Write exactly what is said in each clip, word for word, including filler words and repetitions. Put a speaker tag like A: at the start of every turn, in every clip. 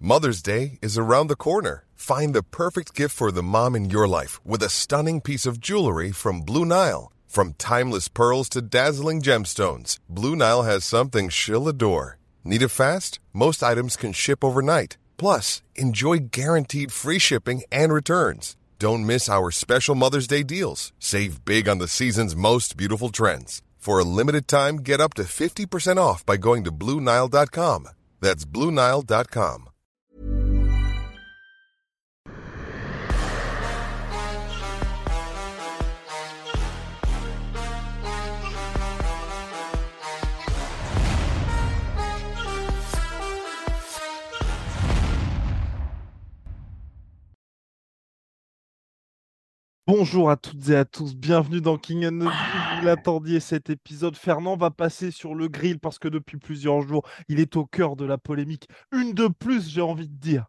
A: Mother's Day is around the corner. Find the perfect gift for the mom in your life with a stunning piece of jewelry from Blue Nile. From timeless pearls to dazzling gemstones, Blue Nile has something she'll adore. Need it fast? Most items can ship overnight. Plus, enjoy guaranteed free shipping and returns. Don't miss our special Mother's Day deals. Save big on the season's most beautiful trends. For a limited time, get up to fifty percent off by going to Blue Nile dot com. That's Blue Nile dot com.
B: Bonjour à toutes et à tous, bienvenue dans King and Nobby. Vous l'attendiez cet épisode. Fernand va passer sur le grill parce que depuis plusieurs jours, il est au cœur de la polémique. Une de plus, j'ai envie de dire.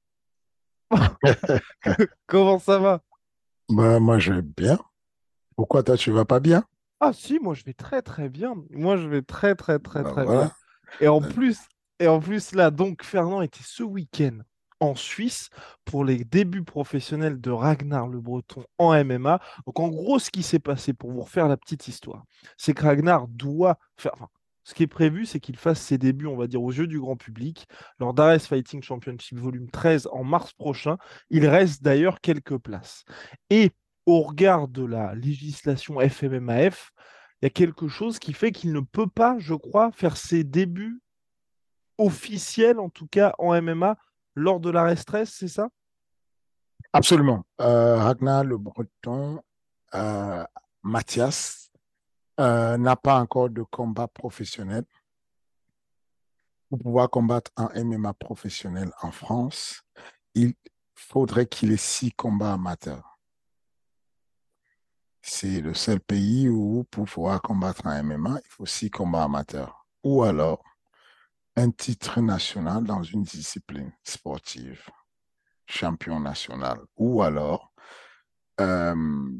B: Comment ça va?
C: Bah, moi, je vais bien. Pourquoi toi, tu vas pas bien?
B: Ah si, moi je vais très très bien. Moi je vais très très très
C: Bah,
B: très bien.
C: voilà.
B: Et en plus, et en plus là, donc Fernand était ce week-end en Suisse pour les débuts professionnels de Ragnar le Breton en M M A. Donc en gros, ce qui s'est passé, pour vous refaire la petite histoire, c'est que Ragnar doit faire... Enfin, ce qui est prévu, c'est qu'il fasse ses débuts, on va dire, aux yeux du grand public, lors d'Ares Fighting Championship Volume treize en mars prochain. Il reste d'ailleurs quelques places. Et au regard de la législation F M M A F, il y a quelque chose qui fait qu'il ne peut pas, je crois, faire ses débuts officiels, en tout cas en M M A, lors de l'arrêt stress, c'est ça?
C: Absolument. Euh, Ragnar le Breton, euh, Mathias, euh, n'a pas encore de combat professionnel. Pour pouvoir combattre en M M A professionnel en France, il faudrait qu'il ait six combats amateurs. C'est le seul pays où, pour pouvoir combattre en M M A, il faut six combats amateurs. Ou alors, un titre national dans une discipline sportive, champion national. Ou alors, euh,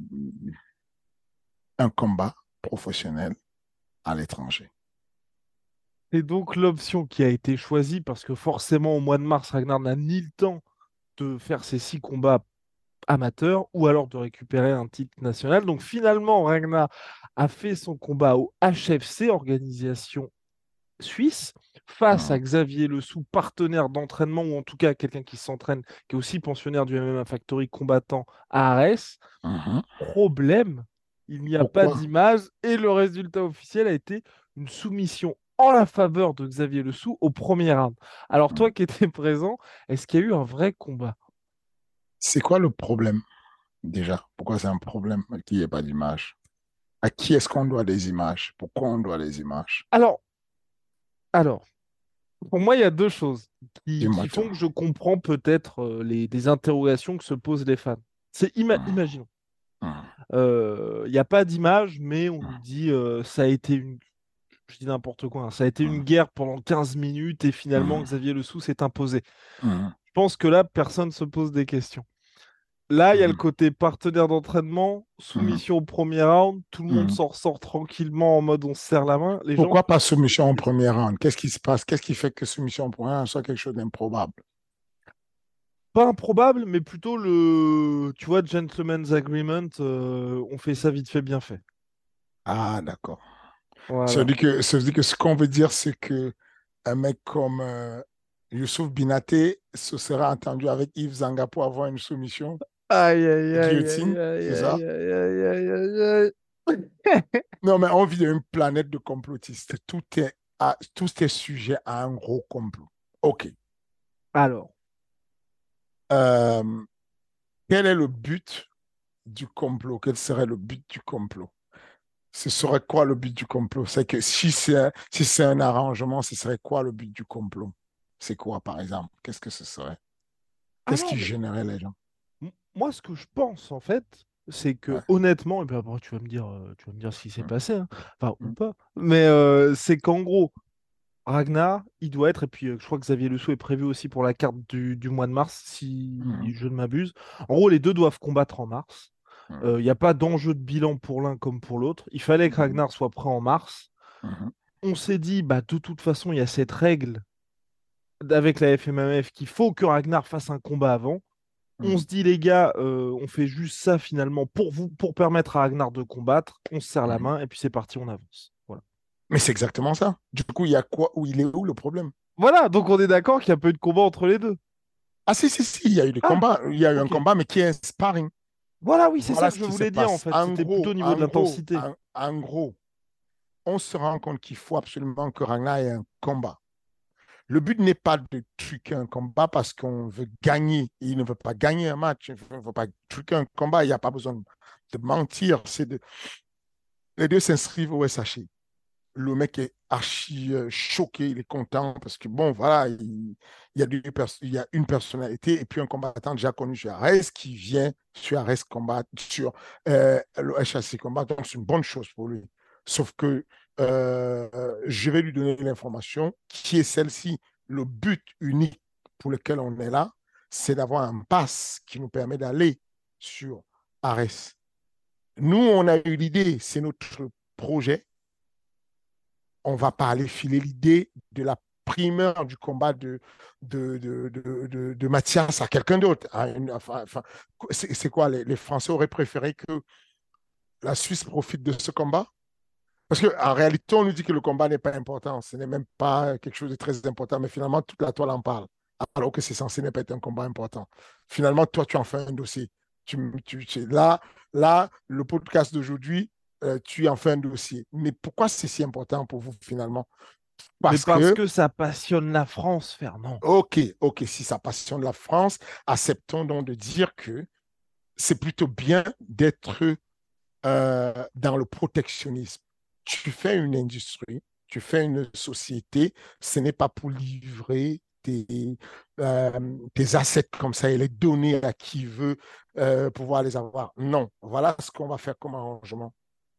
C: un combat professionnel à l'étranger.
B: Et donc l'option qui a été choisie, parce que forcément au mois de mars, Ragnar n'a ni le temps de faire ses six combats amateurs ou alors de récupérer un titre national. Donc finalement, Ragnar a fait son combat au H F C, organisation suisse, face à
C: Mhm,
B: Xavier Lesou, partenaire d'entraînement, ou en tout cas quelqu'un qui s'entraîne, qui est aussi pensionnaire du M M A Factory, combattant à Arès.
C: mhm.
B: Problème, il n'y a pas
C: Pourquoi?
B: d'image et le résultat officiel a été une soumission en la faveur de Xavier Lesou au premier round. Alors toi qui étais présent, est-ce qu'il y a eu un vrai combat?
C: C'est quoi le problème déjà? Pourquoi c'est un problème qu'il n'y ait pas d'image? À qui est-ce qu'on doit des images? Pourquoi on doit des images?
B: Alors, alors, pour moi, il y a deux choses qui,
C: Dis-moi
B: qui
C: tout.
B: font que je comprends peut-être euh, les, des interrogations que se posent les fans. C'est ima-
C: Mhm,
B: imaginons.
C: mhm,
B: Euh, Il n'y a pas d'image, mais on nous dit euh, ça a été une, je dis n'importe quoi, hein, ça a été une
C: mhm,
B: guerre pendant quinze minutes et finalement
C: mhm,
B: Xavier Lesou s'est imposé.
C: mhm,
B: Je pense que là, personne ne se pose des questions. Là, il y a le
C: mhm,
B: côté partenaire d'entraînement,
C: mhm,
B: soumission au premier round, tout le monde
C: mhm.
B: s'en ressort tranquillement en mode on se serre la main. Les gens
C: Pourquoi pas
B: se posent
C: soumission
B: des
C: en
B: questions.
C: premier round? Qu'est-ce qui se passe? Qu'est-ce qui fait que soumission en premier round soit quelque chose d'improbable?
B: Pas improbable, mais plutôt le, tu vois, gentleman's agreement, euh, on fait ça vite fait, bien fait.
C: Ah, d'accord. Ça veut
B: Voilà.
C: dire que, ça veut dire que ce qu'on veut dire, c'est que un mec comme euh, Youssouf Binaté se sera entendu avec Yves Zanga pour avoir une soumission
B: Aïe, aïe, aïe, aïe,
C: guillotine,
B: aïe,
C: c'est ça?
B: aïe, aïe, aïe, aïe, aïe, aïe.
C: Non, mais on vit dans une planète de complotistes. Tout est, à- tout est sujet à un gros complot. OK.
B: Alors,
C: Euh, quel est le but du complot? Quel serait le but du complot? Ce serait quoi le but du complot? C'est que si c'est un, si c'est un arrangement, ce serait quoi le but du complot? C'est quoi, par exemple? Qu'est-ce que ce serait?
B: ah
C: Qu'est-ce
B: non,
C: qui
B: mais
C: gênerait les gens?
B: m- moi, ce que je pense, en fait, c'est que
C: Ouais.
B: honnêtement, et puis après, tu vas me dire, euh, tu vas me dire ce qui s'est
C: Mm,
B: passé, hein, enfin, ou
C: mm,
B: pas, mais euh, c'est qu'en gros, Ragnar, il doit être, et puis euh, je crois que Xavier Le Sceau est prévu aussi pour la carte du, du mois de mars, si
C: mm,
B: je ne m'abuse. En gros, les deux doivent combattre en mars.
C: mm,
B: Euh, Il n'y a pas d'enjeu de bilan pour l'un comme pour l'autre. Il fallait que
C: mm,
B: Ragnar soit prêt en mars.
C: mm,
B: On s'est dit, bah, de toute façon, il y a cette règle avec la F M M F qu'il faut que Ragnar fasse un combat avant. On
C: Mhm.
B: se dit, les gars, euh, on fait juste ça finalement pour vous, pour permettre à Ragnar de combattre. On se serre la
C: Mhm.
B: main et puis c'est parti, on avance. Voilà.
C: Mais c'est exactement ça. Du coup, il y a quoi, où il est où le problème?
B: Voilà, donc on est d'accord qu'il y a peu de combat entre les deux.
C: Ah si, si, si, il y a eu des
B: Ah,
C: combats. Il y a eu un
B: ok.
C: combat, mais qui est un sparring.
B: Voilà, oui, c'est ça
C: Voilà
B: que
C: ce
B: je
C: qui se
B: voulais dire en
C: passe.
B: fait.
C: En
B: C'était plutôt
C: gros,
B: au niveau
C: en
B: de
C: gros,
B: l'intensité.
C: en, en gros, on se rend compte qu'il faut absolument que Ragnar ait un combat. Le but n'est pas de truquer un combat parce qu'on veut gagner. Il ne veut pas gagner un match. Il ne veut pas truquer un combat. Il n'y a pas besoin de, de mentir. C'est de... Les deux s'inscrivent au S H I. Le mec est archi euh, choqué, il est content parce que bon, voilà, il, il y a du il y a une personnalité et puis un combattant déjà connu sur Ares qui vient sur Ares combattre sur euh, le H A C combat, donc c'est une bonne chose pour lui. Sauf que euh, je vais lui donner l'information qui est celle-ci. Le but unique pour lequel on est là, c'est d'avoir un pass qui nous permet d'aller sur Ares. Nous, on a eu l'idée, c'est notre projet, on ne va pas aller filer l'idée de la primeur du combat de, de, de, de, de, de Mathias à quelqu'un d'autre. Enfin, enfin, c'est quoi, les, les Français auraient préféré que la Suisse profite de ce combat? Parce qu'en réalité, on nous dit que le combat n'est pas important. Ce n'est même pas quelque chose de très important, mais finalement, toute la toile en parle. Alors que c'est censé ne pas être un combat important. Finalement, toi, tu en fais un dossier. Tu, tu, tu, là, là, le podcast d'aujourd'hui, euh, tu en fais un dossier. Mais pourquoi c'est si important pour vous, finalement?
B: Mais
C: Parce
B: parce
C: que,
B: que ça passionne la France, Fernand.
C: ok, ok, si ça passionne la France, acceptons donc de dire que c'est plutôt bien d'être euh, dans le protectionnisme. Tu fais une industrie, tu fais une société, ce n'est pas pour livrer tes, euh, tes assets comme ça et les donner à qui veut euh, pouvoir les avoir. Non, voilà ce qu'on va faire comme arrangement.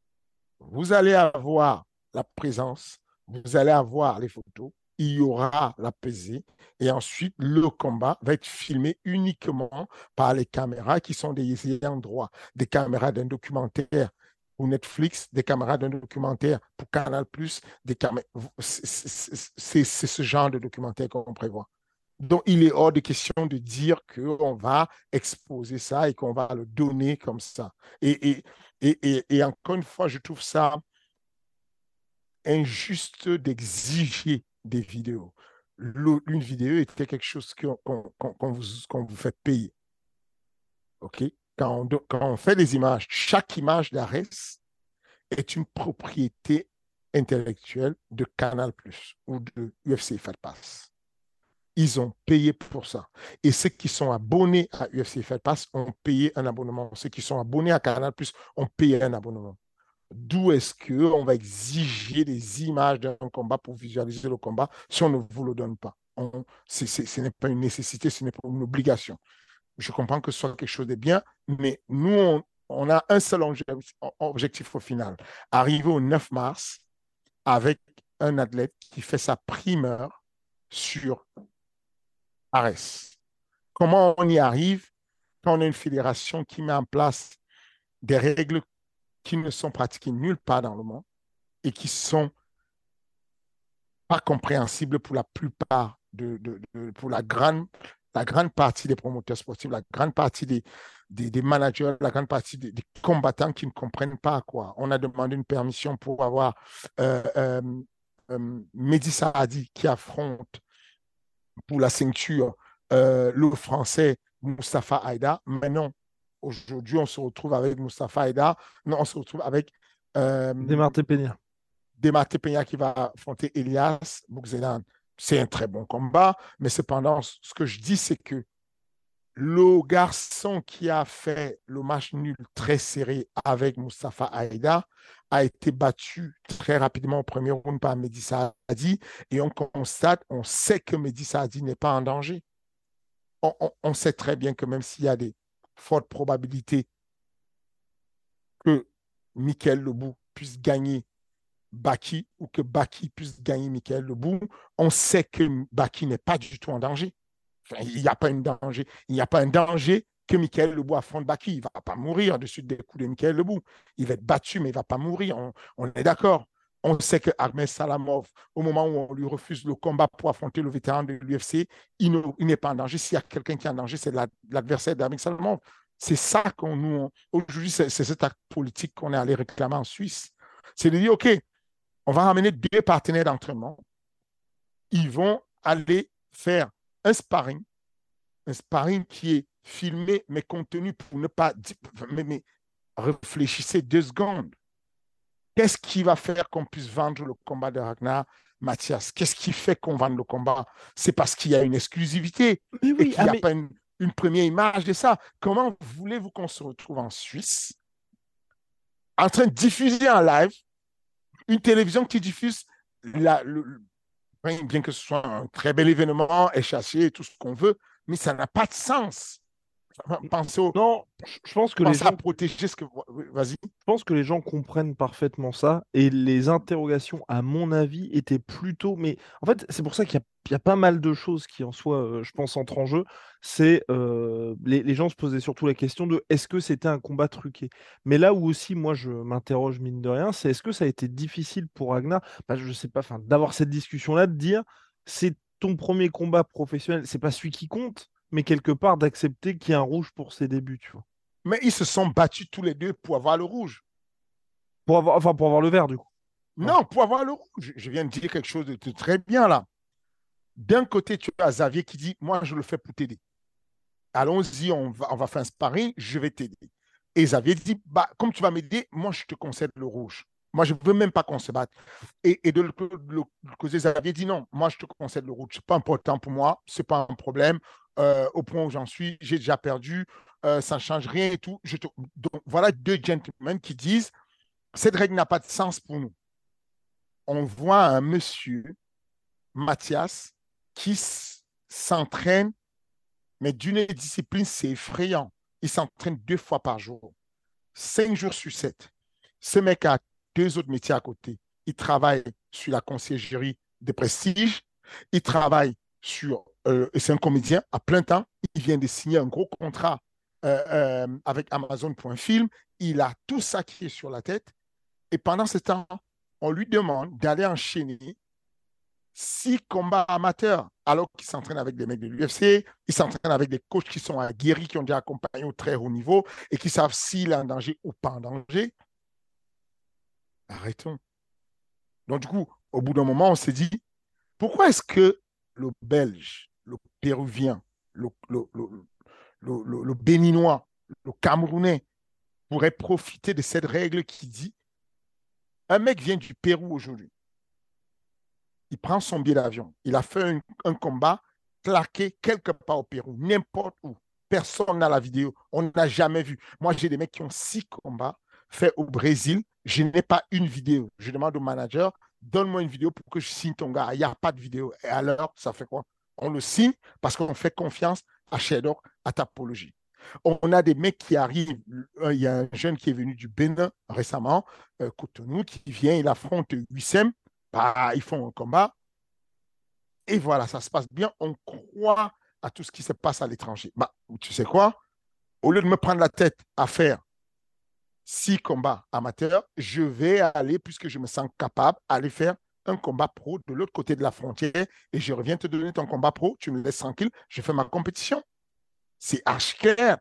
C: Vous allez avoir la présence, vous allez avoir les photos, il y aura la pesée et ensuite le combat va être filmé uniquement par les caméras qui sont des ayants droit, des caméras d'un documentaire pour Netflix, des caméras d'un documentaire pour Canal+, des caméras. C'est ce genre de documentaire qu'on prévoit. Donc, il est hors de question de dire qu'on va exposer ça et qu'on va le donner comme ça. Et, et, et, et, et encore une fois, je trouve ça injuste d'exiger des vidéos. Le, une vidéo était quelque chose qu'on qu'on, qu'on vous, qu'on vous fait payer. OK? Quand on, quand on fait des images, chaque image d'Ares est une propriété intellectuelle de Canal+ ou de U F C Fight Pass. Ils ont payé pour ça. Et ceux qui sont abonnés à U F C Fight Pass ont payé un abonnement. Ceux qui sont abonnés à Canal+ ont payé un abonnement. D'où est-ce qu'on va exiger des images d'un combat pour visualiser le combat si on ne vous le donne pas? On, c'est, c'est, ce n'est pas une nécessité, ce n'est pas une obligation. Je comprends que ce soit quelque chose de bien, mais nous, on, on a un seul objectif au final. Arriver au neuf mars avec un athlète qui fait sa primeur sur Ares. Comment on y arrive quand on a une fédération qui met en place des règles qui ne sont pratiquées nulle part dans le monde et qui sont pas compréhensibles pour la plupart, de, de, de, pour la grande, la grande partie des promoteurs sportifs, la grande partie des, des, des managers, la grande partie des, des, combattants qui ne comprennent pas quoi. On a demandé une permission pour avoir euh, euh, euh, Mehdi Saadi qui affronte pour la ceinture euh, le français Moustapha Haïda, mais non. Aujourd'hui, on se retrouve avec Moustapha Haïda. Non, on se retrouve avec euh,
B: Demarté Peña.
C: Demarté Peña qui va affronter Elias Bouxelan. C'est un très bon combat, mais cependant, ce que je dis, c'est que le garçon qui a fait le match nul très serré avec Moustapha Haïda a été battu très rapidement au premier round par Mehdi Saadi et on constate, on sait que Mehdi Saadi n'est pas en danger. On, on, on sait très bien que même s'il y a des fortes probabilités que Michael Lebou puisse gagner Baki ou que Baki puisse gagner Michael Lebou, on sait que Baki n'est pas du tout en danger. Enfin, il n'y a pas un danger. Il n'y a pas un danger que Michael Lebou affronte Baki. Il ne va pas mourir de suite des coups de Michael Lebou. Il va être battu, mais il ne va pas mourir. On, on est d'accord. On sait que Ahmed Salamov, au moment où on lui refuse le combat pour affronter le vétéran de l'U F C, il, ne, il n'est pas en danger. S'il y a quelqu'un qui est en danger, c'est l'adversaire d'Ahmed Salamov. C'est ça qu'on nous... Aujourd'hui, c'est cet acte politique qu'on est allé réclamer en Suisse. C'est de dire, OK, on va ramener deux partenaires d'entraînement. Ils vont aller faire un sparring, un sparring qui est filmé, mais contenu pour ne pas... Mais, mais réfléchissez deux secondes. Qu'est-ce qui va faire qu'on puisse vendre le combat de Ragnar Mathias? Qu'est-ce qui fait qu'on vende le combat? C'est parce qu'il y a une exclusivité
B: mais oui,
C: et qu'il n'y
B: ah,
C: a
B: mais...
C: pas une, une première image de ça. Comment voulez-vous qu'on se retrouve en Suisse en train de diffuser en live une télévision qui diffuse, la, le, bien que ce soit un très bel événement, échassé, tout ce qu'on veut, mais ça n'a pas de sens. Pensez, au,
B: non, je pense que les
C: pensez
B: gens...
C: à protéger ce que... Vas-y.
B: Je pense que les gens comprennent parfaitement ça et les interrogations, à mon avis, étaient plutôt. Mais en fait, c'est pour ça qu'il y a, il y a pas mal de choses qui en soi, euh, je pense, entrent en jeu. C'est euh, les, les gens se posaient surtout la question de est-ce que c'était un combat truqué? Mais là où aussi, moi, je m'interroge mine de rien, c'est est-ce que ça a été difficile pour Ragnar, bah, je sais pas, enfin, d'avoir cette discussion-là, de dire c'est ton premier combat professionnel, c'est pas celui qui compte, mais quelque part d'accepter qu'il y a un rouge pour ses débuts, tu vois.
C: Mais ils se sont battus tous les deux pour avoir le rouge.
B: Pour avoir, enfin, pour avoir le vert, du coup.
C: Non, pour avoir le rouge. Je viens de dire quelque chose de très bien là. D'un côté, tu as Xavier qui dit, moi, je le fais pour t'aider. Allons-y, on va, on va faire un sparring, je vais t'aider. Et Xavier dit, bah, comme tu vas m'aider, moi, je te concède le rouge. Moi, je ne veux même pas qu'on se batte. Et, et de l'autre côté, Xavier dit, non, moi, je te concède le rouge. Ce n'est pas important pour moi, ce n'est pas un problème. Euh, au point où j'en suis, j'ai déjà perdu, euh, ça ne change rien et tout. Je te... Donc, voilà deux gentlemen qui disent, cette règle n'a pas de sens pour nous. On voit un monsieur, Mathias, qui s'entraîne, mais d'une discipline, c'est effrayant. Il s'entraîne deux fois par jour, cinq jours sur sept. Ce mec a deux autres métiers à côté. Il travaille sur la conciergerie de prestige, il travaille sur, euh, c'est un comédien à plein temps, il vient de signer un gros contrat euh, euh, avec Amazon pour un film, il a tout ça qui est sur la tête, et pendant ce temps, on lui demande d'aller enchaîner six combats amateurs, alors qu'il s'entraîne avec des mecs de l'U F C, il s'entraîne avec des coachs qui sont aguerris, qui ont déjà accompagné au très haut niveau et qui savent s'il est en danger ou pas en danger. Arrêtons. Donc, du coup, au bout d'un moment, on s'est dit, pourquoi est-ce que le Belge, le Péruvien, le, le, le, le, le, le Béninois, le Camerounais pourrait profiter de cette règle qui dit, un mec vient du Pérou aujourd'hui, il prend son billet d'avion. Il a fait un, un combat claqué quelque part au Pérou, n'importe où. Personne n'a la vidéo. On n'a jamais vu. Moi, j'ai des mecs qui ont six combats faits au Brésil. Je n'ai pas une vidéo. Je demande au manager, donne-moi une vidéo pour que je signe ton gars. Il n'y a pas de vidéo. Et alors, ça fait quoi? On le signe parce qu'on fait confiance à Shadow, à Tapologie. On a des mecs qui arrivent. Il y a un jeune qui est venu du Bénin récemment, euh, Cotonou, qui vient, il affronte Wissem. Bah, ils font un combat. Et voilà, ça se passe bien. On croit à tout ce qui se passe à l'étranger. Bah, tu sais quoi? Au lieu de me prendre la tête à faire six combats amateurs, je vais aller, puisque je me sens capable, aller faire un combat pro de l'autre côté de la frontière et je reviens te donner ton combat pro. Tu me laisses tranquille, je fais ma compétition. C'est archi clair.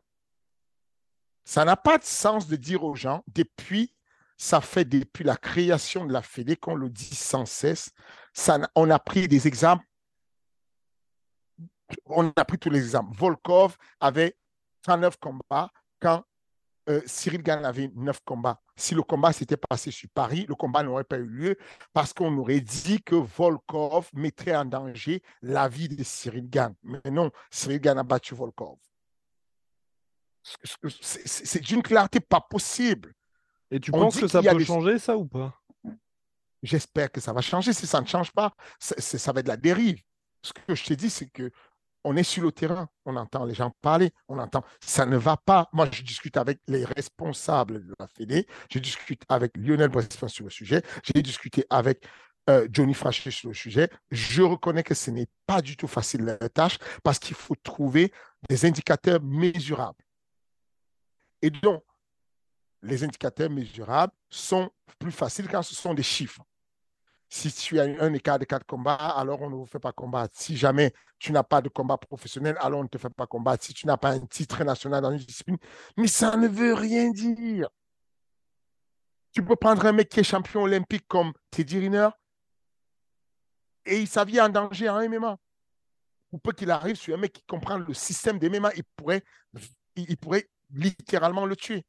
C: Ça n'a pas de sens de dire aux gens, depuis ça fait depuis la création de la Fédé qu'on le dit sans cesse. Ça, on a pris des exemples. On a pris tous les exemples. Volkov avait trente-neuf combats quand euh, Cyril Gane avait neuf combats. Si le combat s'était passé sur Paris, le combat n'aurait pas eu lieu parce qu'on aurait dit que Volkov mettrait en danger la vie de Cyril Gane. Mais non, Cyril Gane a battu Volkov. C'est d'une clarté pas possible.
B: Et tu
C: On
B: penses
C: dit
B: que ça
C: qu'il y a
B: peut
C: des-
B: changer, ça, ou pas?
C: J'espère que ça va changer. Si ça ne change pas, c'est- c'est- ça va être de la dérive. Ce que je te dis, c'est que on est sur le terrain, on entend les gens parler, on entend, ça ne va pas. Moi, je discute avec les responsables de la Fédé, je discute avec Lionel Brespin sur le sujet, j'ai discuté avec euh, Johnny Frachet sur le sujet. Je reconnais que ce n'est pas du tout facile la tâche parce qu'il faut trouver des indicateurs mesurables. Et donc, les indicateurs mesurables sont plus faciles quand ce sont des chiffres. Si tu as un écart de quatre combats, alors on ne vous fait pas combattre. Si jamais tu n'as pas de combat professionnel, alors on ne te fait pas combattre. Si tu n'as pas un titre national dans une discipline, mais ça ne veut rien dire. Tu peux prendre un mec qui est champion olympique comme Teddy Riner et sa vie est en danger en M M A. Ou peut qu'il arrive sur un mec qui comprend le système des M M A, il pourrait, il pourrait littéralement le tuer.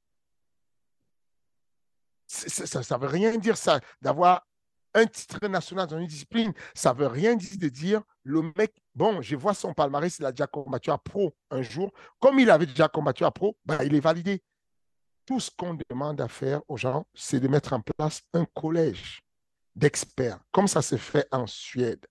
C: Ça ne veut rien dire ça, d'avoir un titre national dans une discipline, ça ne veut rien dire de dire le mec, bon, je vois son palmarès, il a déjà combattu à pro un jour. Comme il avait déjà combattu à pro, ben, il est validé. Tout ce qu'on demande à faire aux gens, c'est de mettre en place un collège d'experts, comme ça se fait en Suède.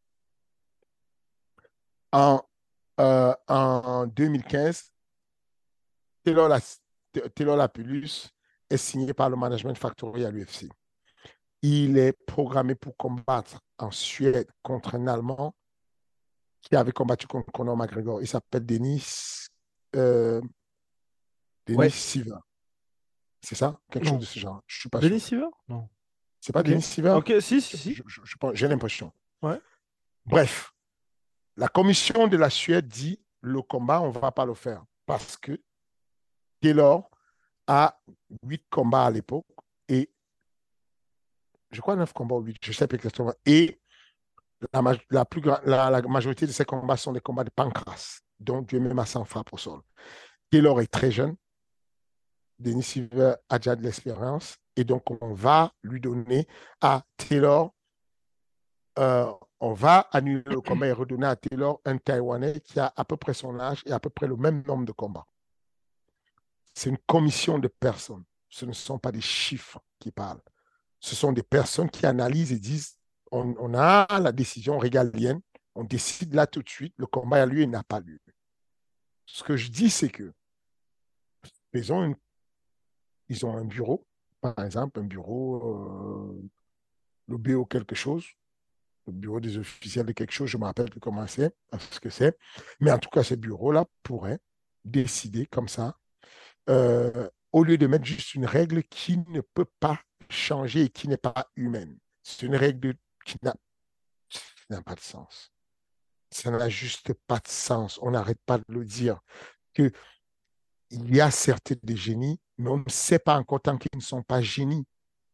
C: En, euh, en deux mille quinze, Taylor, Taylor Lapillus est signé par le Management Factory à l'U F C. Il est programmé pour combattre en Suède contre un Allemand qui avait combattu contre Conor McGregor. Il s'appelle Denis, euh, Denis
B: Ouais.
C: Siver. C'est ça? Quelque
B: Non.
C: chose de ce genre. Je ne suis pas
B: Denis
C: sûr.
B: Siver? Non.
C: C'est pas
B: Ok.
C: Denis Siver?
B: Ok, si, si, si.
C: Je- je- je pense- J'ai l'impression.
B: Ouais.
C: Bref, la commission de la Suède dit le combat, on ne va pas le faire parce que Taylor a huit combats à l'époque et je crois neuf combats ou huit, je ne sais pas exactement. Et la, la, plus gra- la, la majorité de ces combats sont des combats de pancras, donc du M M A sans frappe au sol. Taylor est très jeune. Denis Silver a déjà de l'expérience et donc on va lui donner à Taylor, euh, on va annuler le combat et redonner à Taylor un Taïwanais qui a à peu près son âge et à peu près le même nombre de combats. C'est une commission de personnes. Ce ne sont pas des chiffres qui parlent. Ce sont des personnes qui analysent et disent on, on a la décision régalienne, on décide là tout de suite, le combat a lieu, il n'a pas lieu. Ce que je dis, c'est que ils ont, une, ils ont un bureau, par exemple, un bureau, euh, le B O quelque chose, le bureau des officiels de quelque chose, je ne me rappelle plus comment c'est, ce que c'est, mais en tout cas, ce bureau-là pourrait décider comme ça, euh, au lieu de mettre juste une règle qui ne peut pas changer et qui n'est pas humaine. C'est une règle qui n'a n'a pas de sens. Ça n'a juste pas de sens. On n'arrête pas de le dire. Que il y a certes des génies, mais on ne sait pas encore tant qu'ils ne sont pas génies.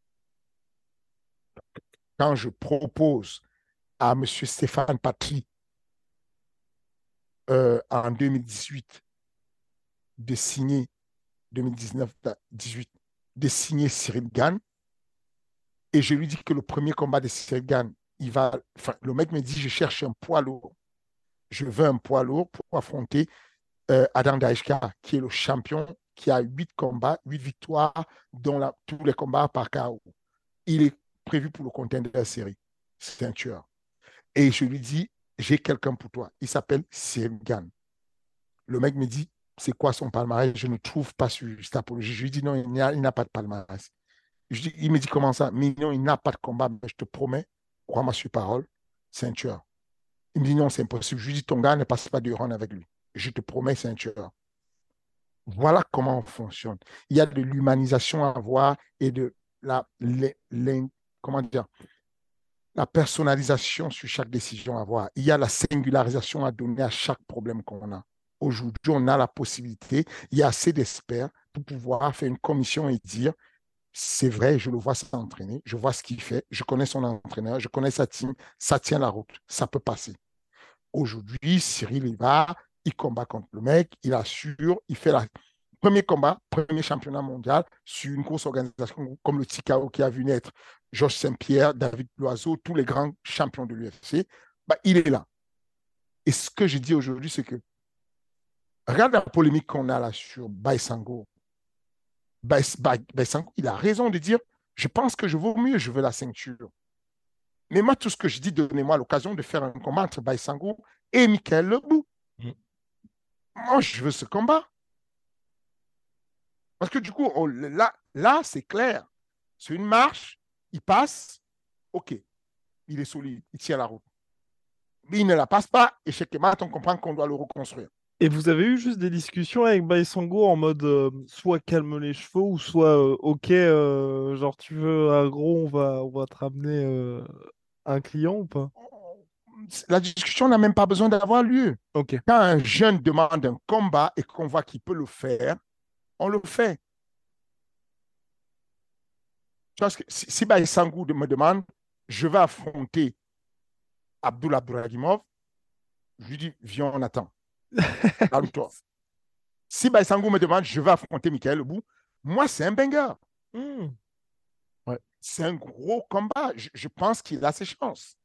C: Quand je propose à M. Stéphane Patry euh, en deux mille dix-huit de signer, deux mille dix-neuf dix-huit, de signer Cyril Gane, et je lui dis que le premier combat de Cyril Gane, il va, enfin, le mec me dit, je cherche un poids lourd. Je veux un poids lourd pour affronter euh, Adam Gaishka, qui est le champion, qui a huit combats, huit victoires, dont la, tous les combats par K O. Il est prévu pour le contender de la série. C'est un tueur. Et je lui dis, j'ai quelqu'un pour toi. Il s'appelle Cyril Gane. Le mec me dit, c'est quoi son palmarès? Je ne trouve pas sur Stapology. Je lui dis, non, il n'a pas de palmarès. Je dis, il me dit, comment ça? Mais non, il n'a pas de combat. Mais je te promets, crois-moi sur parole, c'est un tueur. Il me dit, non, c'est impossible. Je lui dis, ton gars ne passe pas de run avec lui. Je te promets, c'est un tueur. Voilà comment on fonctionne. Il y a de l'humanisation à avoir et de la, les, les, comment dire, la personnalisation sur chaque décision à avoir. Il y a la singularisation à donner à chaque problème qu'on a. Aujourd'hui, on a la possibilité, il y a assez d'experts pour pouvoir faire une commission et dire, c'est vrai, je le vois s'entraîner, je vois ce qu'il fait, je connais son entraîneur, je connais sa team, ça tient la route, ça peut passer. Aujourd'hui, Cyril, il va, il combat contre le mec, il assure, il fait la premier combat, premier championnat mondial sur une grosse organisation comme le T K O qui a vu naître Georges Saint-Pierre, David Loiseau, tous les grands champions de l'U F C, bah, il est là. Et ce que je dis aujourd'hui, c'est que regarde la polémique qu'on a là sur Baïsango. Baïsango, il a raison de dire, je pense que je vaux mieux, je veux la ceinture. Mais moi, tout ce que je dis, donnez-moi l'occasion de faire un combat entre Baïsango et Michael Lebou. Mm. Moi, je veux ce combat. Parce que du coup, on, là, là c'est clair. C'est une marche, il passe, OK, il est solide, il tient la route. Mais il ne la passe pas, et chez Kemat, on comprend qu'on doit le reconstruire.
B: Et vous avez eu juste des discussions avec Baïsango en mode euh, soit calme les chevaux ou soit euh, ok, euh, genre tu veux un gros, on va, on va te ramener euh, un client ou pas?
C: La discussion n'a même pas besoin d'avoir lieu.
B: Ok.
C: Quand un jeune demande un combat et qu'on voit qu'il peut le faire, on le fait. Tu vois, si, si Baye Sangou me demande, je vais affronter Abdullah Abdouragimov, je lui dis, viens, on attend. Calme-toi. Si Baye Sangou me demande, je vais affronter Michael Lebou, moi, c'est un banger.
B: Hmm. Ouais.
C: C'est un gros combat. Je, je pense qu'il a ses chances.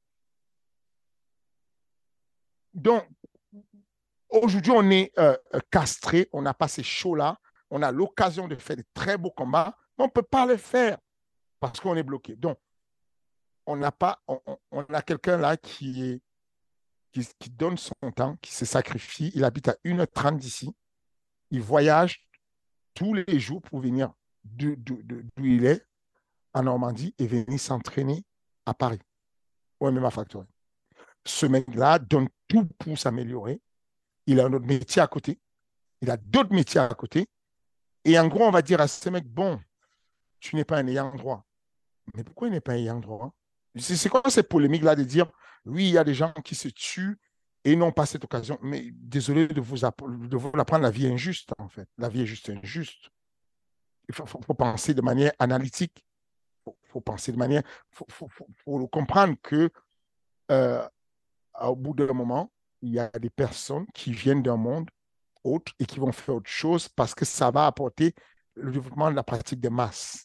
C: Donc, aujourd'hui, on est euh, castré, on n'a pas ces shows-là, on a l'occasion de faire de très beaux combats, mais on ne peut pas le faire parce qu'on est bloqué. Donc, on n'a pas, on, on a quelqu'un là qui, est, qui, qui donne son temps, qui se sacrifie. Il habite à une heure trente d'ici. Il voyage tous les jours pour venir d'où il est, en Normandie, et venir s'entraîner à Paris, au M M A Factory. Ce mec-là donne tout pour s'améliorer. Il a un autre métier à côté. Il a d'autres métiers à côté. Et en gros, on va dire à ce mec, bon, tu n'es pas un ayant droit. Mais pourquoi il n'est pas un ayant droit? C'est quoi cette polémique-là de dire, oui, il y a des gens qui se tuent et n'ont pas cette occasion. Mais désolé de vous, de vous l'apprendre, la vie est injuste, en fait. La vie est juste injuste. Il faut, faut, faut penser de manière analytique. Il faut, faut, penser de manière... Il faut, faut, faut, faut, comprendre que euh, au bout d'un moment, il y a des personnes qui viennent d'un monde autre et qui vont faire autre chose parce que ça va apporter le développement de la pratique des masses.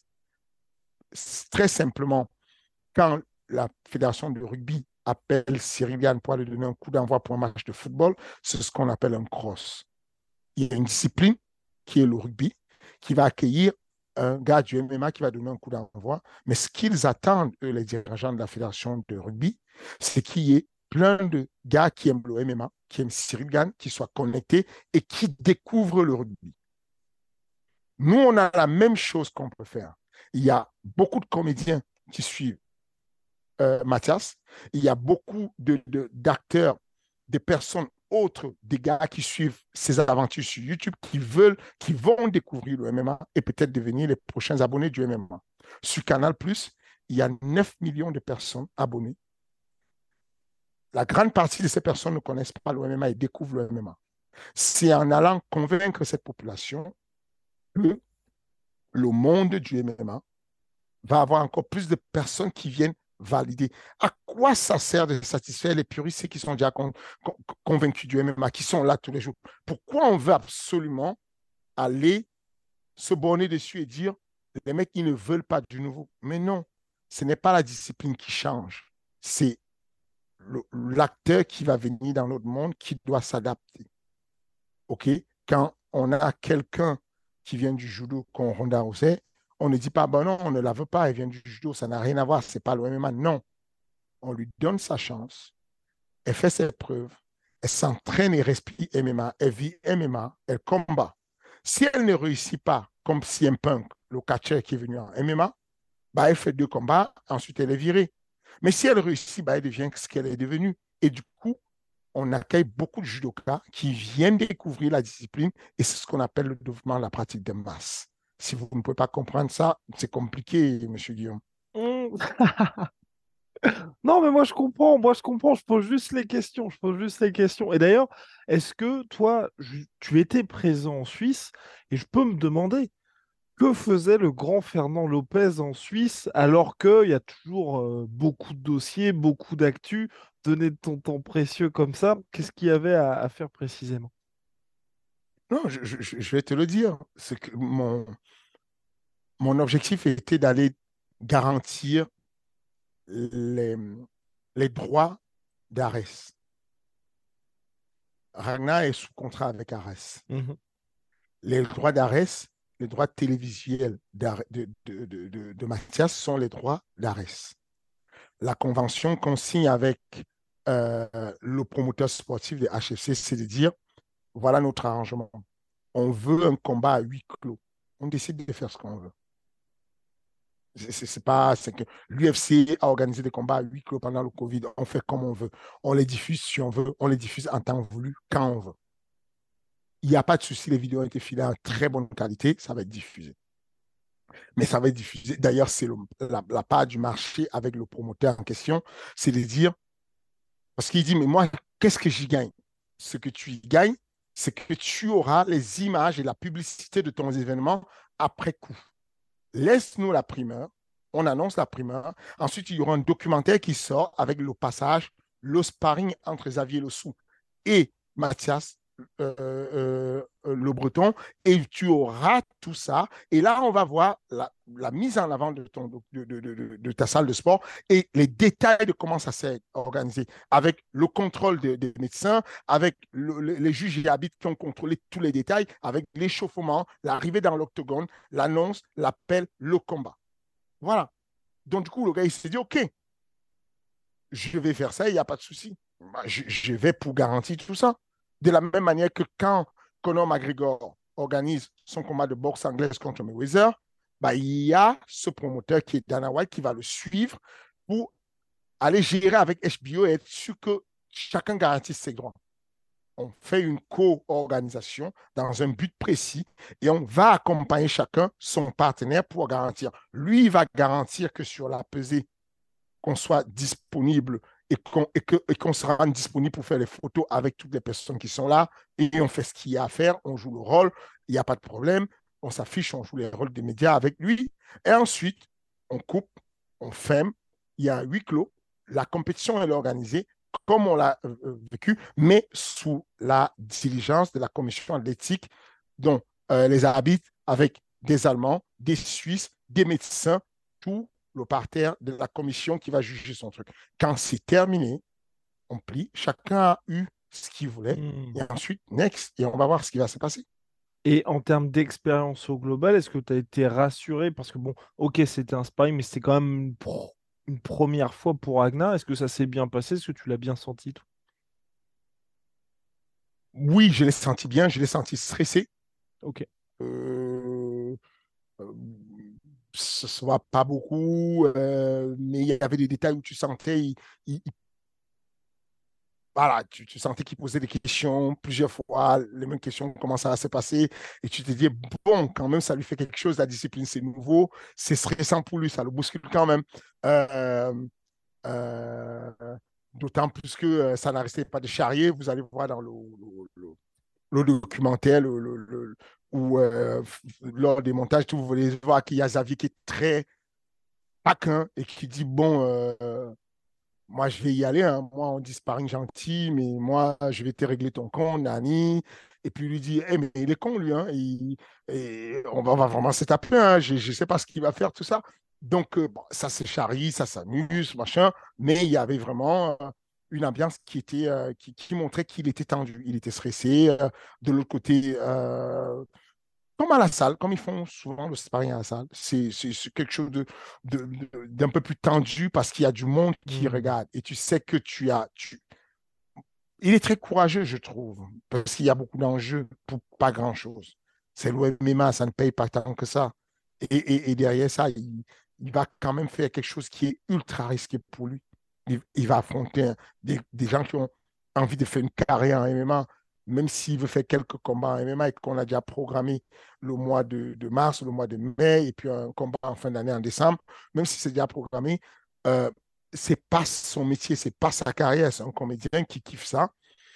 C: Très simplement, quand la fédération de rugby appelle Cyril Gann pour aller donner un coup d'envoi pour un match de football, c'est ce qu'on appelle un cross. Il y a une discipline qui est le rugby, qui va accueillir un gars du M M A qui va donner un coup d'envoi. Mais ce qu'ils attendent, eux, les dirigeants de la fédération de rugby, c'est qu'il y ait plein de gars qui aiment le M M A, qui aiment Cyril Gann, qui soient connectés et qui découvrent le rugby. Nous, on a la même chose qu'on peut faire. Il y a beaucoup de comédiens qui suivent euh, Mathias. Il y a beaucoup de, de, d'acteurs, des personnes autres, des gars qui suivent ses aventures sur YouTube, qui veulent, qui vont découvrir le M M A et peut-être devenir les prochains abonnés du M M A. Sur Canal+, il y a neuf millions de personnes abonnées. La grande partie de ces personnes ne connaissent pas le M M A et découvrent le M M A. C'est en allant convaincre cette population que le monde du M M A va avoir encore plus de personnes qui viennent valider. À quoi ça sert de satisfaire les puristes qui sont déjà con, con, convaincus du M M A, qui sont là tous les jours? Pourquoi on veut absolument aller se borner dessus et dire les mecs, ils ne veulent pas du nouveau? Mais non, ce n'est pas la discipline qui change. C'est l'acteur qui va venir dans notre monde qui doit s'adapter. OK? Quand on a quelqu'un qui vient du judo, qu'on Ronda Rousset, on ne dit pas, ben non, on ne la veut pas, elle vient du judo, ça n'a rien à voir, c'est pas le M M A. Non, on lui donne sa chance, elle fait ses preuves, elle s'entraîne et respire M M A, elle vit M M A, elle combat. Si elle ne réussit pas, comme C M Punk, le catcher qui est venu en M M A, bah, elle fait deux combats, ensuite elle est virée. Mais si elle réussit, bah, elle devient ce qu'elle est devenue. Et du coup, on accueille beaucoup de judokas qui viennent découvrir la discipline et c'est ce qu'on appelle le développement de la pratique de masse. Si vous ne pouvez pas comprendre ça, c'est compliqué, M. Guillaume.
B: Hmm. Non, mais moi je comprends, moi je comprends, je pose juste les questions, je pose juste les questions. Et d'ailleurs, est-ce que toi, ju- tu étais présent en Suisse et je peux me demander que faisait le grand Fernand Lopez en Suisse alors qu'il y a toujours euh, beaucoup de dossiers, beaucoup d'actu, donner de ton temps précieux comme ça, qu'est-ce qu'il y avait à, à faire précisément?
C: Non, je, je- je vais te le dire. C'est que mon, mon objectif était d'aller garantir les, les droits d'Ares. Ragnar est sous contrat avec Ares.
B: Mhm.
C: Les droits d'Ares, les droits télévisuels de, de, de, de, de Mathias sont les droits d'Ares. La convention qu'on signe avec euh, le promoteur sportif de H F C, c'est de dire, voilà notre arrangement. On veut un combat à huis clos. On décide de faire ce qu'on veut. C'est pas, c'est que l'U F C a organisé des combats à huis clos pendant le Covid. On fait comme on veut. On les diffuse si on veut. On les diffuse en temps voulu, quand on veut. Il n'y a pas de souci, les vidéos ont été filées en très bonne qualité, ça va être diffusé. Mais ça va être diffusé. D'ailleurs, c'est le- la, la part du marché avec le promoteur en question, c'est de dire, parce qu'il dit, mais moi, qu'est-ce que j'y gagne? Ce que tu y gagnes, c'est que tu auras les images et la publicité de ton événement après coup. Laisse-nous la primeur. On annonce la primeur. Ensuite, il y aura un documentaire qui sort avec le passage, le sparring entre Xavier Le Sou et Mathias euh, euh, euh, Le Breton. Et tu auras tout ça. Et là, on va voir la, la mise en avant de, ton, de, de, de, de, ta salle de sport et les détails de comment ça s'est organisé, avec le contrôle des de médecins, avec le, le, les juges et arbitres qui ont contrôlé tous les détails, avec l'échauffement, l'arrivée dans l'octogone, l'annonce, l'appel, le combat. Voilà. Donc, du coup, le gars, il s'est dit, OK, je vais faire ça, il n'y a pas de souci. Bah, je, je, vais pour garantir tout ça. De la même manière que quand Conor McGregor organise son combat de boxe anglaise contre Mayweather, bah, il y a ce promoteur qui est Dana White qui va le suivre pour aller gérer avec H B O et être sûr que chacun garantisse ses droits. On fait une co-organisation dans un but précis et on va accompagner chacun son partenaire pour garantir. Lui, il va garantir que sur la pesée, qu'on soit disponible et qu'on et que, et qu'on se rende disponible pour faire les photos avec toutes les personnes qui sont là et on fait ce qu'il y a à faire, on joue le rôle, il n'y a pas de problème, on s'affiche, on joue les rôles des médias avec lui et ensuite, on coupe, on ferme, il y a huis clos, la compétition elle est organisée comme on l'a euh, vécu, mais sous la diligence de la commission athlétique dont euh, les arbitres avec des Allemands, des Suisses, des médecins, tout le parterre de la commission qui va juger son truc. Quand c'est terminé, on plie, chacun a eu ce qu'il voulait,
B: Hmm.
C: et ensuite, next, et on va voir ce qui va se passer.
B: Et en termes d'expérience au global, est-ce que tu as été rassuré? Parce que bon, ok, c'était un sparring, mais c'était quand même une, pro- une première fois pour Ragnar. Est-ce que ça s'est bien passé? Est-ce que tu l'as bien senti, toi?
C: Oui, je l'ai senti bien, je l'ai senti stressé.
B: Ok.
C: Euh, euh, ce ne soit pas beaucoup, euh, mais il y avait des détails où tu sentais, il, il, voilà, tu, tu sentais qu'il posait des questions plusieurs fois, les mêmes questions, comment ça va se passer, et tu te dis, bon, quand même, ça lui fait quelque chose, la discipline, c'est nouveau, c'est stressant pour lui, ça le bouscule quand même. Euh, euh, D'autant plus que euh, ça n'arrêtait pas de charrier, vous allez voir dans le, le, le, le documentaire le, le, le, où, euh, lors des montages, vous voulez voir qu'il y a Xavier qui est très taquin et qui dit, bon, euh, moi, je vais y aller. Hein. Moi, on dit sparring gentil, mais moi, je vais te régler ton compte, Nani. Et puis, il lui dit, hey, mais il est con, lui. Hein. Il, et on, va, on va vraiment se taper. Hein. Je ne sais pas ce qu'il va faire, tout ça. Donc, euh, bon, ça se charrie, ça s'amuse, machin. Mais il y avait vraiment euh, une ambiance qui, était, euh, qui, qui montrait qu'il était tendu. Il était stressé. Euh, de l'autre côté, euh, comme à la salle, comme ils font souvent le sparring à la salle. C'est, c'est, c'est quelque chose de, de, de- d'un peu plus tendu parce qu'il y a du monde qui
B: Hmm.
C: regarde et tu sais que tu as. Tu... Il est très courageux, je trouve, parce qu'il y a beaucoup d'enjeux pour pas grand-chose. C'est l'O M M A, ça ne paye pas tant que ça. Et, et, et derrière ça, il, il va quand même faire quelque chose qui est ultra risqué pour lui. Il, il va affronter des, des gens qui ont envie de faire une carrière en M M A, même s'il veut faire quelques combats en M M A et qu'on a déjà programmé le mois de, de mars, le mois de mai, et puis un combat en fin d'année en décembre, même si c'est déjà programmé, euh, c'est pas son métier, c'est pas sa carrière, c'est un comédien qui kiffe ça.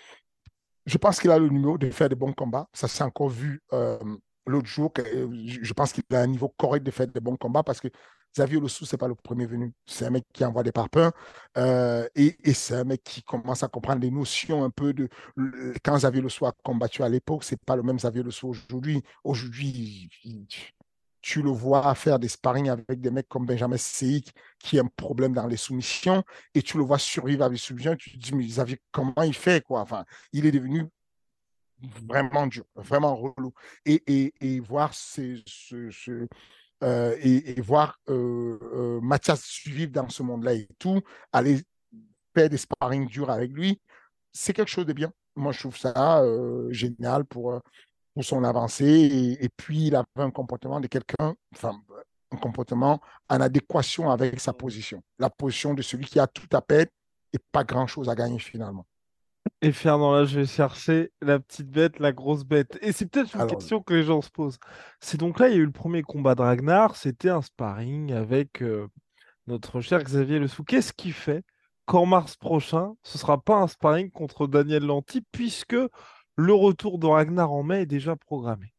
C: Je pense qu'il a le numéro de faire de bons combats. Ça s'est encore vu euh, l'autre jour. Que, euh, je pense qu'il a un niveau correct de faire de bons combats parce que Xavier Le Sou, ce n'est pas le premier venu. C'est un mec qui envoie des parpaings euh, et, et c'est un mec qui commence à comprendre les notions un peu de. Le, quand Xavier Le Sou a combattu à l'époque, ce n'est pas le même Xavier Le Sou aujourd'hui. Aujourd'hui, il, tu le vois faire des sparring avec des mecs comme Benjamin Seik qui a un problème dans les soumissions et tu le vois survivre avec les soumissions. Tu te dis, mais Xavier, comment il fait quoi? Enfin, il est devenu vraiment dur, vraiment relou. Et, et, et voir ce, ce, ce euh, et, et, voir euh, euh, Mathias suivre dans ce monde-là et tout, aller faire des sparring durs avec lui, c'est quelque chose de bien. Moi, je trouve ça euh, génial pour, pour son avancée. Et, et, puis, il avait un comportement de quelqu'un, enfin, un comportement en adéquation avec sa position. La position de celui qui a tout à perdre et pas grand-chose à gagner finalement.
B: Et Fernand, là, je vais chercher la petite bête, la grosse bête. Et c'est peut-être une
C: Alors,
B: question que les gens se posent. C'est donc là, il y a eu le premier combat de Ragnar, c'était un sparring avec euh, notre cher Xavier Le Sou. Qu'est-ce qui fait qu'en mars prochain, ce sera pas un sparring contre Daniel Lanty, puisque le retour de Ragnar en mai est déjà programmé?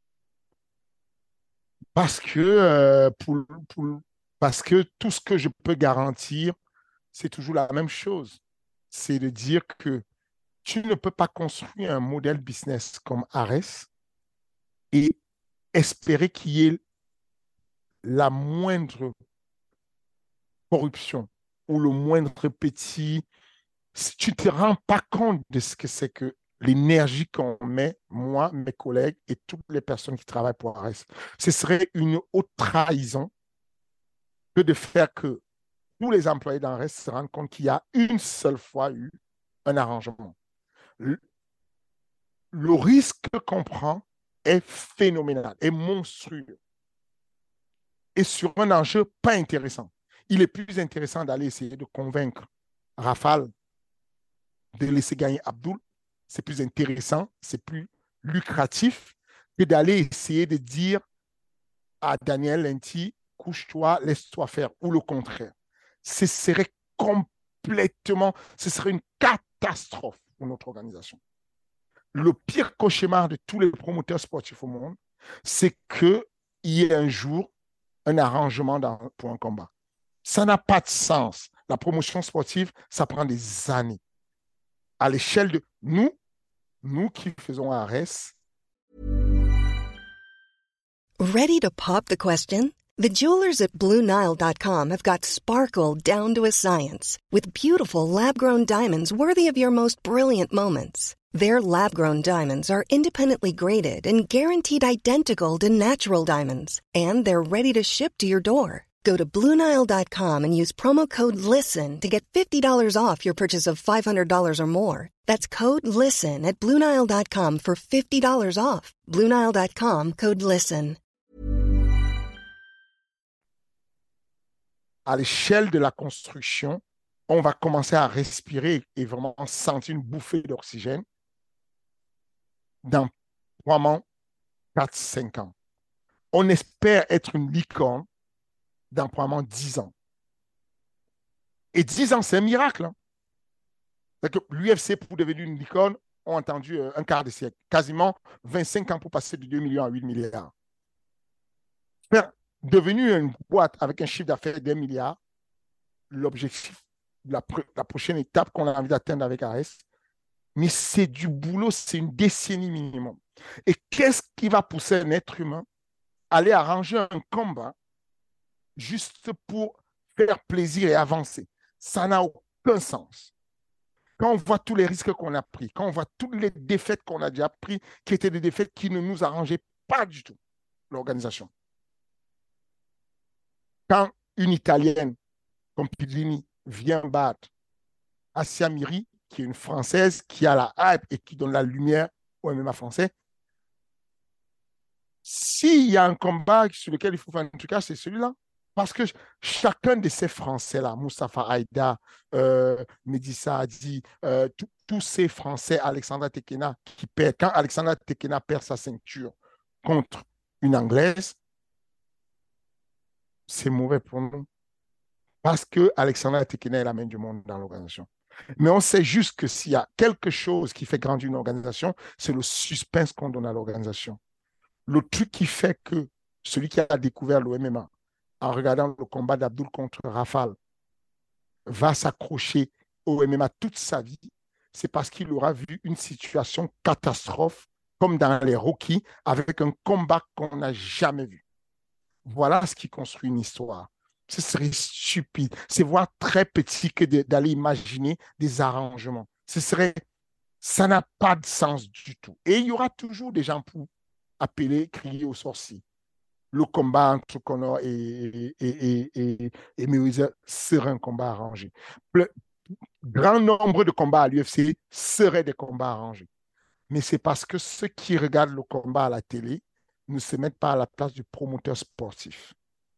C: parce que, euh, pour, pour- parce que tout ce que je peux garantir, c'est toujours la même chose. C'est de dire que tu ne peux pas construire un modèle business comme Ares et espérer qu'il y ait la moindre corruption ou le moindre petit. Si tu ne te rends pas compte de ce que c'est que l'énergie qu'on met, moi, mes collègues et toutes les personnes qui travaillent pour Ares, ce serait une haute trahison que de faire que tous les employés d'Ares se rendent compte qu'il y a une seule fois eu un arrangement. Le, le risque qu'on prend est phénoménal, est monstrueux et sur un enjeu pas intéressant. Il est plus intéressant d'aller essayer de convaincre Rafale de laisser gagner Abdul. C'est plus intéressant, c'est plus lucratif que d'aller essayer de dire à Daniel Lenti, couche-toi, laisse-toi faire, ou le contraire. Ce serait complètement, ce serait une catastrophe pour notre organisation. Le pire cauchemar de tous les promoteurs sportifs au monde, c'est qu'il y ait un jour un arrangement dans, pour un combat. Ça n'a pas de sens. La promotion sportive, ça prend des années. À l'échelle de nous, nous qui faisons Ares.
D: Ready to pop the question? The jewelers at Blue Nile dot com have got sparkle down to a science with beautiful lab-grown diamonds worthy of your most brilliant moments. Their lab-grown diamonds are independently graded and guaranteed identical to natural diamonds, and they're ready to ship to your door. Go to Blue Nile dot com and use promo code LISTEN to get fifty dollars off your purchase of five hundred dollars or more. That's code LISTEN at Blue Nile dot com for fifty dollars off. Blue Nile dot com, code LISTEN.
C: À l'échelle de la construction, on va commencer à respirer et vraiment sentir une bouffée d'oxygène dans probablement quatre cinq ans. On espère être une licorne dans probablement dix ans. Et dix ans, c'est un miracle. Hein? L'U F C, pour devenir une licorne, ont attendu un quart de siècle, quasiment vingt-cinq ans pour passer de deux millions à huit milliards. Faire devenu une boîte avec un chiffre d'affaires d'un milliard, l'objectif, la, la prochaine étape qu'on a envie d'atteindre avec Ares, mais c'est du boulot, c'est une décennie minimum. Et qu'est-ce qui va pousser un être humain à aller arranger un combat juste pour faire plaisir et avancer? Ça n'a aucun sens. Quand on voit tous les risques qu'on a pris, quand on voit toutes les défaites qu'on a déjà prises, qui étaient des défaites qui ne nous arrangeaient pas du tout, l'organisation. Quand une Italienne comme Pidlini vient battre Assia Miri, qui est une Française, qui a la hype et qui donne la lumière au M M A français, s'il y a un combat sur lequel il faut faire un trucage, c'est celui-là. Parce que chacun de ces Français-là, Moustapha Haïda, euh, Mehdi Saadi, euh, tous ces Français, Alexandra Tekena, qui perd, quand Alexandra Tekena perd sa ceinture contre une Anglaise, c'est mauvais pour nous. Parce que Alexandra Tekena est la main du monde dans l'organisation. Mais on sait juste que s'il y a quelque chose qui fait grandir une organisation, c'est le suspense qu'on donne à l'organisation. Le truc qui fait que celui qui a découvert le M M A en regardant le combat d'Abdul contre Rafale va s'accrocher au M M A toute sa vie, c'est parce qu'il aura vu une situation catastrophe comme dans les Rocky avec un combat qu'on n'a jamais vu. Voilà ce qui construit une histoire. Ce serait stupide. C'est voir très petit que d'aller imaginer des arrangements. Ce serait, ça n'a pas de sens du tout. Et il y aura toujours des gens pour appeler, crier aux sorciers. Le combat entre Conor et, et, et, et, et Mayweather serait un combat arrangé. Le grand nombre de combats à l'U F C seraient des combats arrangés. Mais c'est parce que ceux qui regardent le combat à la télé ne se mettent pas à la place du promoteur sportif.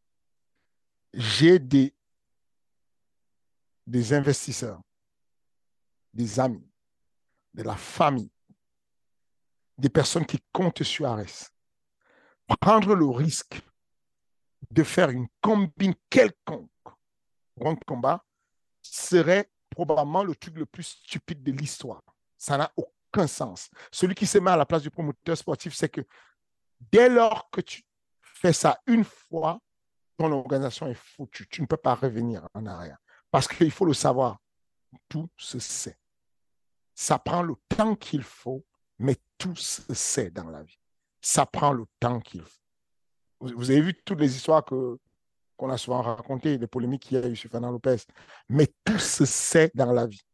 C: J'ai des, des investisseurs, des amis de la famille, des personnes qui comptent sur Ares, prendre le risque de faire une combine quelconque grand combat serait probablement le truc le plus stupide de l'histoire. Ça n'a aucun sens. Celui qui se met à la place du promoteur sportif, c'est que dès lors que tu fais ça une fois, ton organisation est foutue. Tu ne peux pas revenir en arrière. Parce qu'il faut le savoir, tout se sait. Ça prend le temps qu'il faut, mais tout se sait dans la vie. Ça prend le temps qu'il faut. Vous, vous avez vu toutes les histoires que, qu'on a souvent racontées, les polémiques qu'il y a eu sur Fernand Lopez, mais tout se sait dans la vie.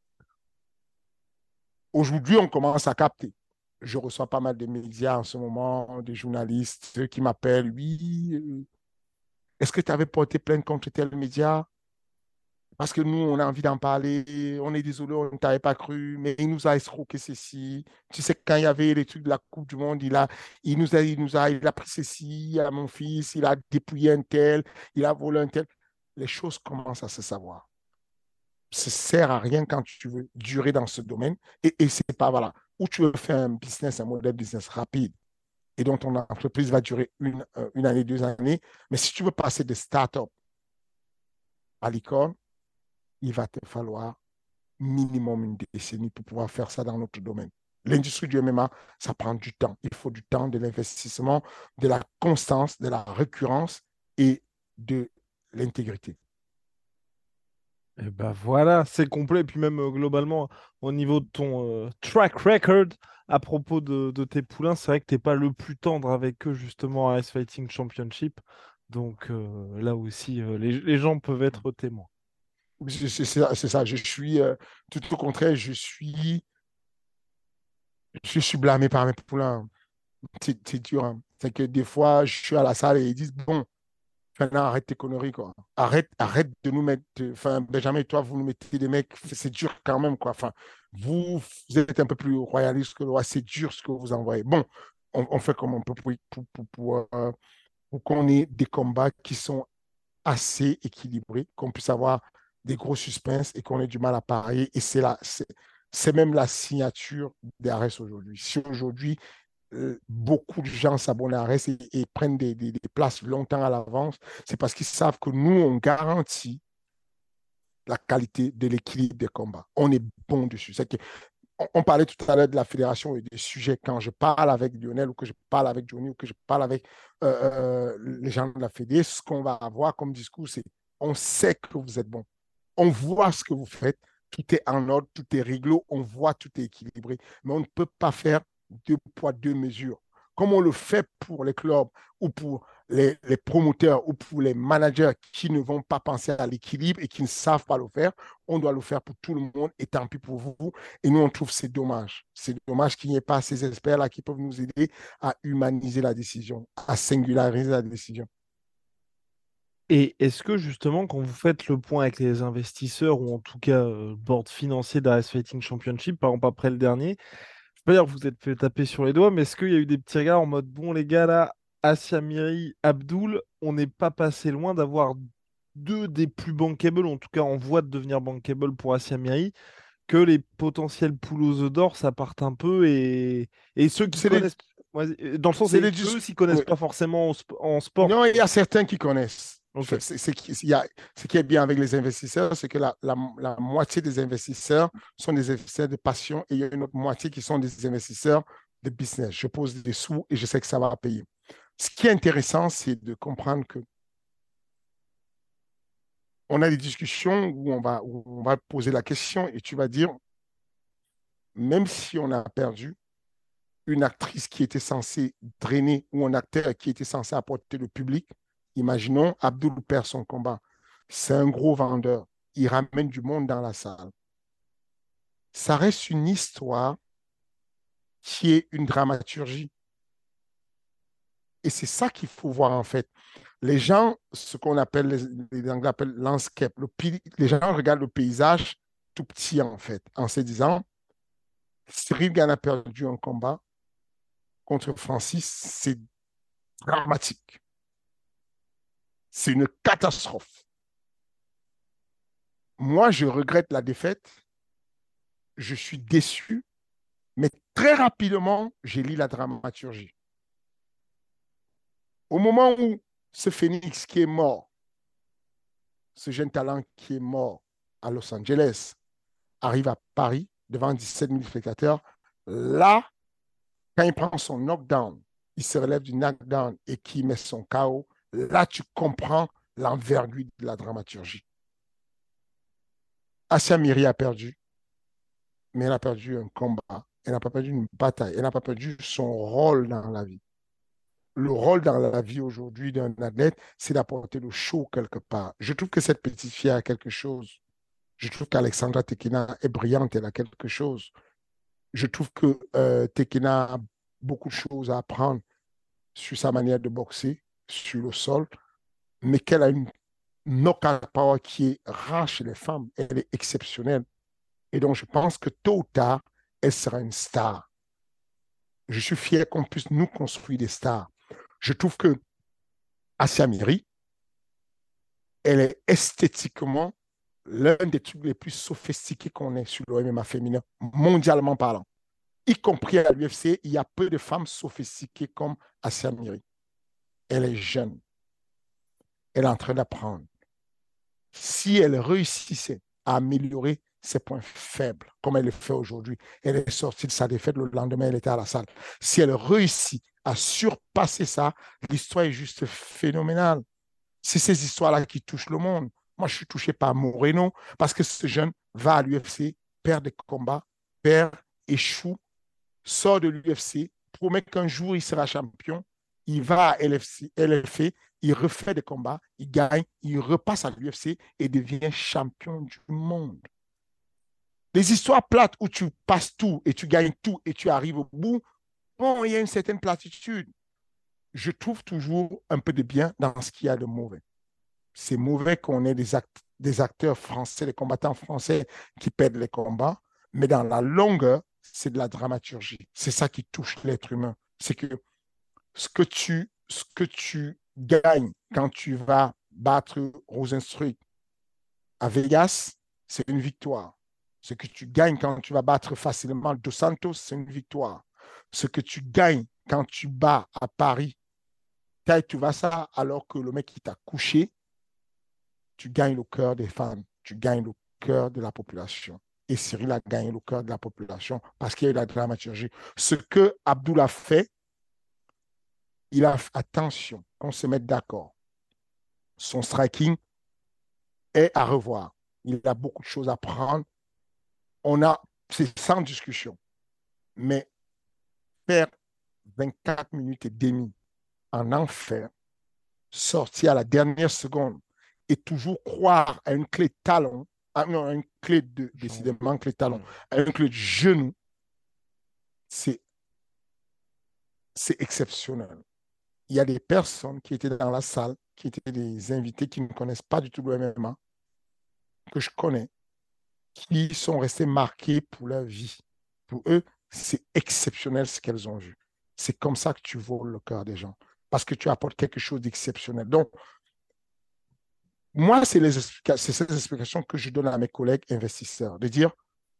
C: Aujourd'hui, on commence à capter. Je reçois pas mal de médias en ce moment, des journalistes, ceux qui m'appellent, oui, est-ce que tu avais porté plainte contre tel média? Parce que nous, on a envie d'en parler, on est désolé, on ne t'avait pas cru, mais il nous a escroqué ceci. Tu sais, quand il y avait les trucs de la Coupe du Monde, il a, il nous a, il nous a, il a pris ceci à mon fils, il a dépouillé un tel, il a volé un tel. Les choses commencent à se savoir. Ça ne sert à rien quand tu veux durer dans ce domaine. Et, et c'est pas, voilà, où tu veux faire un business, un modèle business rapide et dont ton entreprise va durer une, une année, deux années. Mais si tu veux passer de start-up à licorne, il va te falloir minimum une décennie pour pouvoir faire ça dans notre domaine. L'industrie du M M A, ça prend du temps. Il faut du temps, de l'investissement, de la constance, de la récurrence et de l'intégrité.
B: Et ben voilà, c'est complet. Et puis même euh, globalement, au niveau de ton euh, track record, à propos de, de tes poulains, c'est vrai que tu n'es pas le plus tendre avec eux, justement, à Ice Fighting Championship. Donc euh, là aussi, euh, les, les gens peuvent être témoins.
C: C'est, c'est, ça, c'est ça, je suis, euh, tout au contraire, je suis, je suis blâmé par mes poulains. C'est, c'est dur. Hein. C'est que des fois, je suis à la salle et ils disent, bon, maintenant, arrête tes conneries, quoi. Arrête, arrête de nous mettre. Enfin, Benjamin et toi, vous nous mettez des mecs. C'est dur quand même, quoi. Enfin, vous, vous êtes un peu plus royaliste que le roi. C'est dur ce que vous envoyez. Bon, on, on fait comme on peut pour, pour, pour, pour, euh, pour qu'on ait des combats qui sont assez équilibrés, qu'on puisse avoir des gros suspens et qu'on ait du mal à parier. Et c'est là, c'est, c'est même la signature d'Ares aujourd'hui. Si aujourd'hui, euh, beaucoup de gens s'abonnent à Ares et, et prennent des, des, des places longtemps à l'avance, c'est parce qu'ils savent que nous, on garantit la qualité de l'équilibre des combats. On est bon dessus. C'est que, on, on parlait tout à l'heure de la fédération et des sujets. Quand je parle avec Lionel ou que je parle avec Johnny ou que je parle avec euh, euh, les gens de la fédé, ce qu'on va avoir comme discours, c'est on sait que vous êtes bon. On voit ce que vous faites. Tout est en ordre, tout est réglo. On voit, tout est équilibré. Mais on ne peut pas faire deux poids, deux mesures. Comme on le fait pour les clubs ou pour les, les promoteurs ou pour les managers qui ne vont pas penser à l'équilibre et qui ne savent pas le faire, on doit le faire pour tout le monde et tant pis pour vous. Et nous, on trouve que c'est dommage. C'est dommage qu'il n'y ait pas ces experts-là qui peuvent nous aider à humaniser la décision, à singulariser la décision.
B: Et est-ce que justement, quand vous faites le point avec les investisseurs, ou en tout cas euh, le board financier d'A S Fighting Championship, par exemple après le dernier, je peux pas dire que vous êtes fait taper sur les doigts, mais est-ce qu'il y a eu des petits regards en mode, bon les gars là, Asia Miri, Abdul, on n'est pas passé loin d'avoir deux des plus bankable, en tout cas en voie de devenir bankable pour Asia Miri, que les potentiels poules aux œufs d'or, ça parte un peu, et, et ceux qui
C: C'est les,
B: connaissent, ouais, dans le sens,
C: c'est
B: et
C: les
B: eux,
C: dis-
B: s'ils connaissent
C: oui.
B: pas forcément en, sp- en sport.
C: Non, il y a certains qui connaissent.
B: Ok.
C: C'est, c'est, il y a, ce qui est bien avec les investisseurs, c'est que la, la, la moitié des investisseurs sont des investisseurs de passion et il y a une autre moitié qui sont des investisseurs de business. Je pose des sous et je sais que ça va payer. Ce qui est intéressant, c'est de comprendre que on a des discussions où on va, où on va poser la question et tu vas dire, même si on a perdu une actrice qui était censée drainer ou un acteur qui était censé apporter le public, imaginons Abdul perd son combat. C'est un gros vendeur. Il ramène du monde dans la salle. Ça reste une histoire qui est une dramaturgie. Et c'est ça qu'il faut voir en fait. Les gens, ce qu'on appelle, les, les Anglais appellent landscape, le, les gens regardent le paysage tout petit en fait, en se disant, Cyril Gane a perdu un combat contre Francis, c'est dramatique. C'est une catastrophe. Moi, je regrette la défaite. je suis déçu, mais très rapidement, j'ai lu la dramaturgie. Au moment où ce phénix qui est mort, ce jeune talent qui est mort à Los Angeles, arrive à Paris devant dix-sept mille spectateurs, là, quand il prend son knockdown, il se relève du knockdown et qui met son K O, là, tu comprends l'envergure de la dramaturgie. Asia Miri a perdu, mais elle a perdu un combat. Elle n'a pas perdu une bataille. Elle n'a pas perdu son rôle dans la vie. Le rôle dans la vie aujourd'hui d'un athlète, c'est d'apporter le show quelque part. Je trouve que cette petite fille a quelque chose. Je trouve qu'Alexandra Tekina est brillante, elle a quelque chose. Je trouve que euh, Tekina a beaucoup de choses à apprendre sur sa manière de boxer, sur le sol, mais qu'elle a une knockout power qui est rare chez les femmes. Elle est exceptionnelle. Et donc, je pense que tôt ou tard, elle sera une star. Je suis fier qu'on puisse nous construire des stars. Je trouve que Asia Miri, elle est esthétiquement l'un des trucs les plus sophistiqués qu'on ait sur le M M A féminin, mondialement parlant. Y compris à l'U F C, il y a peu de femmes sophistiquées comme Asia Miri. Elle est jeune. Elle est en train d'apprendre. Si elle réussissait à améliorer ses points faibles, comme elle le fait aujourd'hui, elle est sortie de sa défaite, le lendemain, elle était à la salle. Si elle réussit à surpasser ça, l'histoire est juste phénoménale. C'est ces histoires-là qui touchent le monde. Moi, je suis touché par Moreno parce que ce jeune va à l'U F C, perd des combats, perd, échoue, sort de l'U F C, promet qu'un jour il sera champion, il va à L F C, L F C, il refait des combats, il gagne, il repasse à l'U F C et devient champion du monde. Les histoires plates où tu passes tout et tu gagnes tout et tu arrives au bout, bon, il y a une certaine platitude. Je trouve toujours un peu de bien dans ce qu'il y a de mauvais. C'est mauvais qu'on ait des, act des acteurs français, des combattants français qui perdent les combats, mais dans la longueur, c'est de la dramaturgie. C'est ça qui touche l'être humain. C'est que ce que tu, ce que tu gagnes quand tu vas battre Rosenstruik à Vegas, c'est une victoire. Ce que tu gagnes quand tu vas battre facilement Dos Santos, c'est une victoire. Ce que tu gagnes quand tu bats à Paris, tu vas ça alors que le mec qui t'a couché, tu gagnes le cœur des fans, tu gagnes le cœur de la population. Et Cyril a gagné le cœur de la population parce qu'il y a eu la dramaturgie. Ce que Abdul a fait, il a fait attention, qu'on se mette d'accord. Son striking est à revoir. Il a beaucoup de choses à prendre. On a, c'est sans discussion. Mais faire vingt-quatre minutes et demie en enfer, sortir à la dernière seconde et toujours croire à une clé de talon, à, non, à une clé de, décidément, clé de talon, à une clé de genou, c'est exceptionnel. Il y a des personnes qui étaient dans la salle, qui étaient des invités qui ne connaissent pas du tout le M M A, que je connais, qui sont restés marqués pour leur vie. Pour eux, c'est exceptionnel ce qu'elles ont vu. C'est comme ça que tu voles le cœur des gens, parce que tu apportes quelque chose d'exceptionnel. Donc, moi, c'est ces explications que je donne à mes collègues investisseurs, de dire,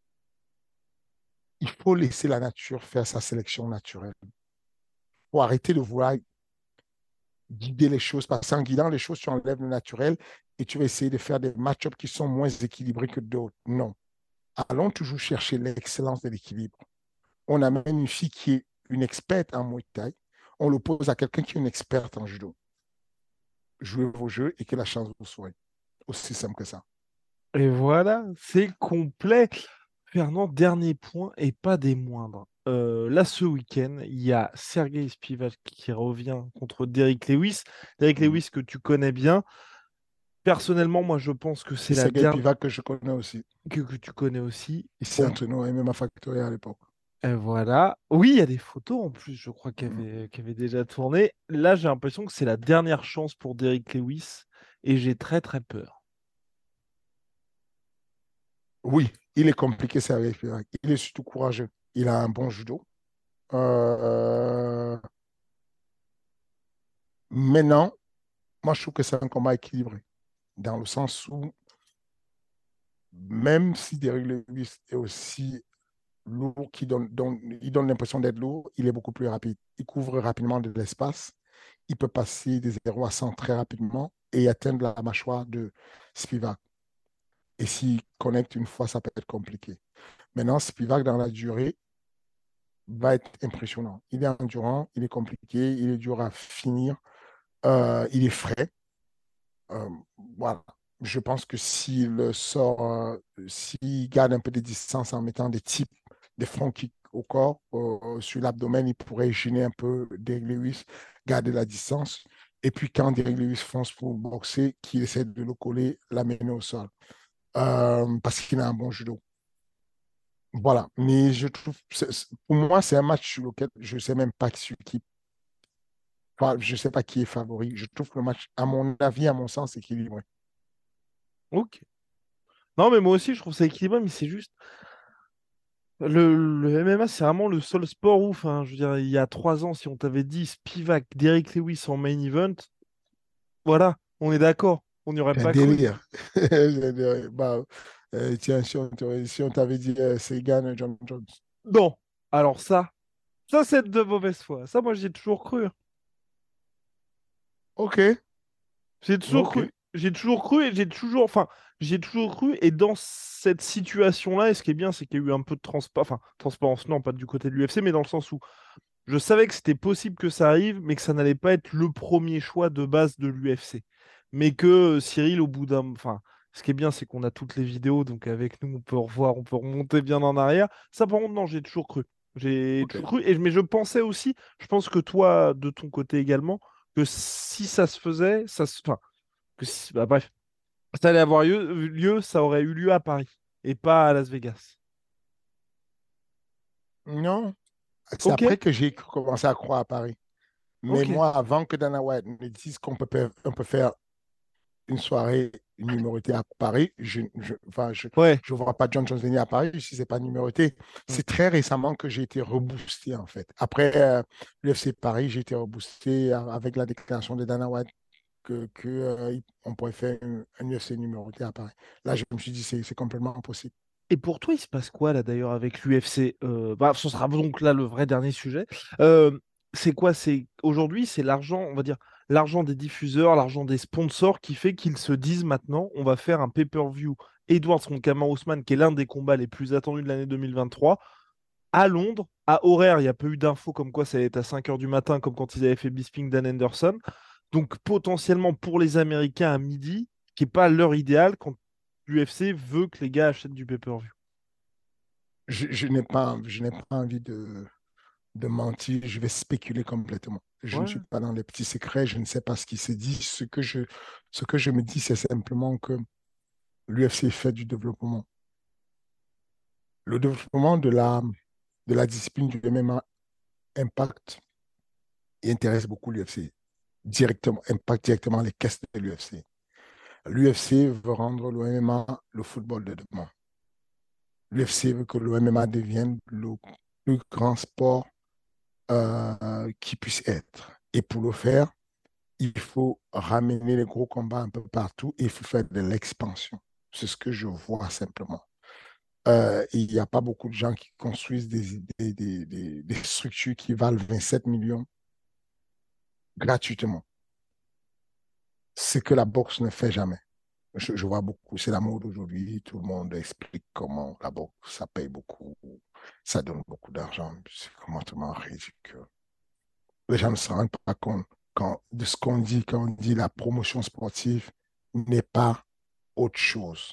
C: il faut laisser la nature faire sa sélection naturelle. Il faut arrêter de vouloir guider les choses, parce qu'en guidant les choses, tu enlèves le naturel et tu vas essayer de faire des match-ups qui sont moins équilibrés que d'autres. Non. Allons toujours chercher l'excellence de l'équilibre. On amène une fille qui est une experte en Muay Thai, on l'oppose à quelqu'un qui est une experte en judo. Jouez vos jeux et que la chance vous soit. Aussi simple que ça.
B: Et voilà, c'est complet. Fernand, dernier point et pas des moindres. Euh, là, ce week-end, il y a Sergey Spivak qui revient contre Derrick Lewis. Derrick mmh. Lewis que tu connais bien. Personnellement, moi, je pense que c'est la dernière...
C: Spivak que je connais aussi.
B: Que, que tu connais aussi.
C: Il s'est entraîné au M M A Factory à l'époque.
B: Et voilà. Oui, il y a des photos en plus, je crois, qui avaient, mmh. qui avaient déjà tourné. Là, j'ai l'impression que c'est la dernière chance pour Derrick Lewis et j'ai très, très peur.
C: Oui, il est compliqué, Sergey Spivak. Il est surtout courageux. Il a un bon judo. Euh... Maintenant, moi, je trouve que c'est un combat équilibré. Dans le sens où, même si Derrick Lewis est aussi lourd, qui donne, donne, il donne l'impression d'être lourd, il est beaucoup plus rapide. Il couvre rapidement de l'espace. Il peut passer des zéro à cent très rapidement et atteindre la mâchoire de Spivak. Et s'il connecte une fois, ça peut être compliqué. Maintenant, Spivak, dans la durée, va être impressionnant. Il est endurant, il est compliqué, il est dur à finir, euh, il est frais. Euh, voilà. Je pense que s'il sort, euh, s'il garde un peu de distance en mettant des types, des front kicks au corps, euh, sur l'abdomen, il pourrait gêner un peu Derrick Lewis, garder la distance. Et puis quand Derrick Lewis fonce pour boxer, qu'il essaie de le coller, l'amener au sol. Euh, parce qu'il a un bon judo. Voilà. Mais je trouve, c'est- c'est- pour moi, c'est un match sur lequel je ne sais même pas qui, qui- enfin, je sais pas qui est favori. Je trouve que le match, à mon avis, à mon sens, est équilibré.
B: Ok. Non, mais moi aussi, je trouve ça équilibré, mais c'est juste. Le, le M M A, c'est vraiment le seul sport où, enfin, je veux dire, il y a trois ans, si on t'avait dit Spivak, Derrick Lewis en main event, voilà, on est d'accord, on n'y aurait
C: C'est un
B: pas cru.
C: délire. C'est- bah, euh, tiens, si on t'aurait- si on t'avait dit euh, Segan, John Jones.
B: Non. Alors ça, ça c'est de mauvaise foi. Ça, moi, j'y ai toujours cru.
C: OK,
B: J'ai toujours
C: OK.
B: cru. J'ai toujours cru et j'ai toujours, enfin, j'ai toujours cru. Et dans cette situation-là, et ce qui est bien, c'est qu'il y a eu un peu de transparence, enfin, transparence, non, pas du côté de l'U F C, mais dans le sens où je savais que c'était possible que ça arrive, mais que ça n'allait pas être le premier choix de base de l'U F C. Mais que euh, Cyril, au bout d'un... Enfin, ce qui est bien, c'est qu'on a toutes les vidéos, donc avec nous, on peut revoir, on peut remonter bien en arrière. Ça, par contre, non, j'ai toujours cru. J'ai
C: OK.
B: toujours cru, et, mais je pensais aussi, je pense que toi, de ton côté également, que si ça se faisait, ça se... Enfin, que si... bah, bref, ça allait avoir lieu, lieu, ça aurait eu lieu à Paris, et pas à Las Vegas.
C: Non, c'est
B: Ok,
C: après que j'ai commencé à croire à Paris. Mais
B: ok.
C: moi, avant que Dana White me dise qu'on peut, faire- on peut faire une soirée numérotée à Paris, je je, enfin, je,
B: Ouais.
C: je vois pas John Jones venir à Paris si c'est pas numéroté.
B: Mm.
C: C'est très récemment que j'ai été reboosté, en fait. Après euh, l'U F C Paris, j'ai été reboosté a- avec la déclaration de Dana White que, que, euh, il- on pourrait faire un, un U F C numéroté à Paris. Là, je me suis dit, c'est c'est complètement impossible.
B: Et pour toi, il se passe quoi là d'ailleurs avec l'U F C? Euh, bah, ce sera donc là le vrai dernier sujet. Euh, c'est quoi? C'est aujourd'hui, c'est l'argent, on va dire, l'argent des diffuseurs, l'argent des sponsors qui fait qu'ils se disent maintenant, on va faire un pay-per-view Edwards contre Kamaru Usman, qui est l'un des combats les plus attendus de l'année deux mille vingt-trois, à Londres, à horaire. Il n'y a pas eu d'infos comme quoi ça allait être à cinq heures du matin, comme quand ils avaient fait Bisping Dan Henderson. Donc potentiellement pour les Américains à midi, qui n'est pas l'heure idéale quand l'U F C veut que les gars achètent du pay-per-view.
C: Je, je n'ai pas, je n'ai pas envie de, de mentir, je vais spéculer complètement. Je ne suis
B: Ouais.
C: pas dans les petits secrets, je ne sais pas ce qui se dit. Ce que je, ce que je me dis, c'est simplement que l'U F C fait du développement. Le développement de la, de la discipline du M M A impacte et intéresse beaucoup l'U F C. Directement, impacte directement les caisses de l'U F C. L'U F C veut rendre le M M A le football de demain. L'U F C veut que le M M A devienne le plus grand sport euh, qui puisse être. Et pour le faire, il faut ramener les gros combats un peu partout et il faut faire de l'expansion. C'est ce que je vois simplement. Euh, il n'y a pas beaucoup de gens qui construisent des, des, des, des, des structures qui valent vingt-sept millions gratuitement. Ce que la boxe ne fait jamais. Je, je vois beaucoup, c'est la mode aujourd'hui. Tout le monde explique comment la boxe, ça paye beaucoup, ça donne beaucoup d'argent. C'est complètement ridicule. Les gens ne se rendent pas compte quand, de ce qu'on dit quand on dit la promotion sportive n'est pas autre chose.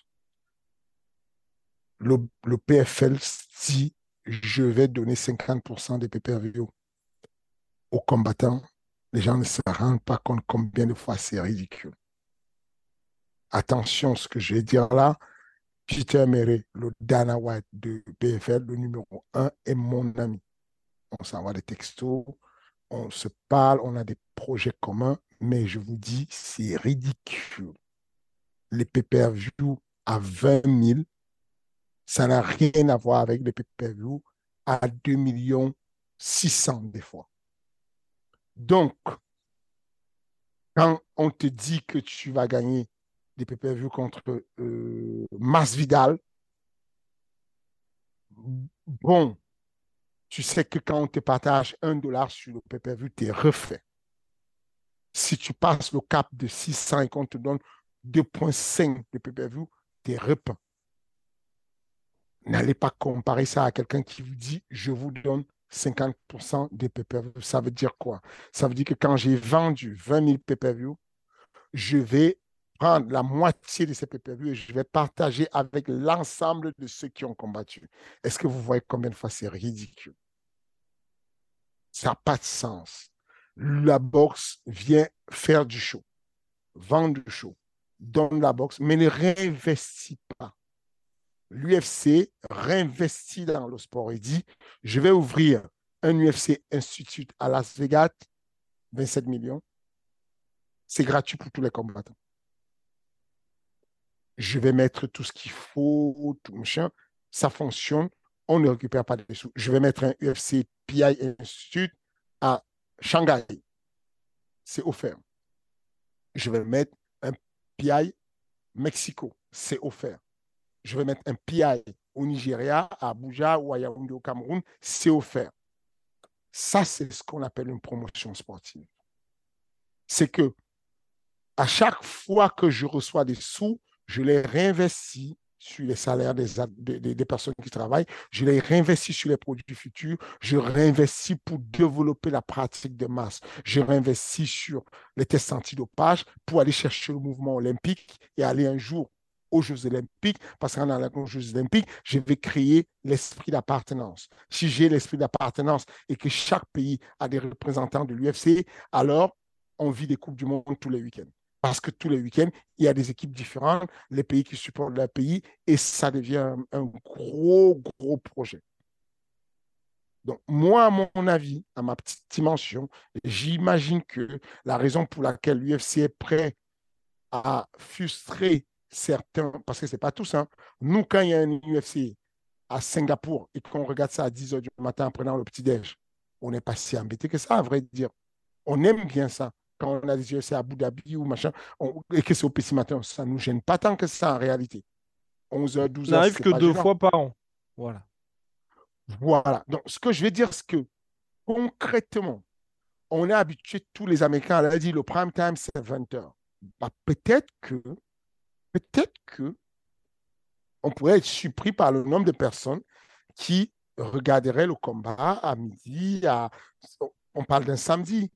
C: Le, le P F L dit je vais donner cinquante pour cent des pay-per-view aux combattants. Les gens ne se rendent pas compte combien de fois c'est ridicule. Attention, ce que je vais dire là, Peter Murray, le Dana White de P F L, le numéro un, est mon ami. On s'envoie des textos, on se parle, on a des projets communs, mais je vous dis, c'est ridicule. Les pay-per-view à vingt mille, ça n'a rien à voir avec les pay-per-view à deux millions six cents des fois. Donc, quand on te dit que tu vas gagner des pay-per-view contre euh, Masvidal, bon, tu sais que quand on te partage un dollar sur le pay-per-view, tu es refait. Si tu passes le cap de six cents et qu'on te donne deux virgule cinq de pay-per-view, tu es repeint. N'allez pas comparer ça à quelqu'un qui vous dit « je vous donne cinquante pour cent des pay-per-view ». Ça veut dire quoi? Ça veut dire que quand j'ai vendu vingt mille pay-per-view, je vais prendre la moitié de ces pay-per-view et je vais partager avec l'ensemble de ceux qui ont combattu. Est-ce que vous voyez combien de fois c'est ridicule? Ça n'a pas de sens. La boxe vient faire du show, vendre du show, donne la boxe, mais ne réinvestit pas. L'U F C réinvestit dans le sport et dit, je vais ouvrir un U F C Institute à Las Vegas, vingt-sept millions. C'est gratuit pour tous les combattants. Je vais mettre tout ce qu'il faut, tout machin. Ça fonctionne. On ne récupère pas de sous. Je vais mettre un U F C P I Institute à Shanghai. C'est offert. Je vais mettre un P I Mexico. C'est offert. Je vais mettre un P I au Nigeria, à Abuja ou à Yaoundé au Cameroun. C'est offert. Ça, c'est ce qu'on appelle une promotion sportive. C'est que à chaque fois que je reçois des sous, je les réinvestis sur les salaires des, des, des personnes qui travaillent, je les réinvestis sur les produits futurs, je réinvestis pour développer la pratique de masse, je réinvestis sur les tests antidopage pour aller chercher le mouvement olympique et aller un jour aux Jeux olympiques, parce qu'en allant aux Jeux olympiques, je vais créer l'esprit d'appartenance. Si j'ai l'esprit d'appartenance et que chaque pays a des représentants de l'U F C, alors on vit des Coupes du Monde tous les week-ends. Parce que tous les week-ends, il y a des équipes différentes, les pays qui supportent leur pays, et ça devient un, un gros, gros projet. Donc, moi, à mon avis, à ma petite dimension, j'imagine que la raison pour laquelle l'U F C est prêt à frustrer certains, parce que ce n'est pas tout ça. Hein. Nous, quand il y a un U F C à Singapour et qu'on regarde ça à dix heures du matin en prenant le petit-déj, on n'est pas si embêté que ça, à vrai dire. On aime bien ça. Quand on a des U F C à Abu Dhabi ou machin, on, et que c'est au petit matin, ça ne nous gêne pas tant que ça en réalité. onze heures, douze heures,
B: n'arrive que deux gênant. fois par an. Voilà.
C: Voilà. Donc, ce que je vais dire, c'est que concrètement, on est habitué, tous les Américains, à dire le prime time, c'est vingt heures. Bah, peut-être que, peut-être que, on pourrait être surpris par le nombre de personnes qui regarderaient le combat à midi, à, on parle d'un samedi.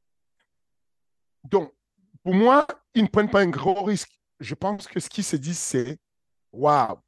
C: Donc, pour moi, ils ne prennent pas un gros risque. Je pense que ce qu'ils se disent, c'est waouh,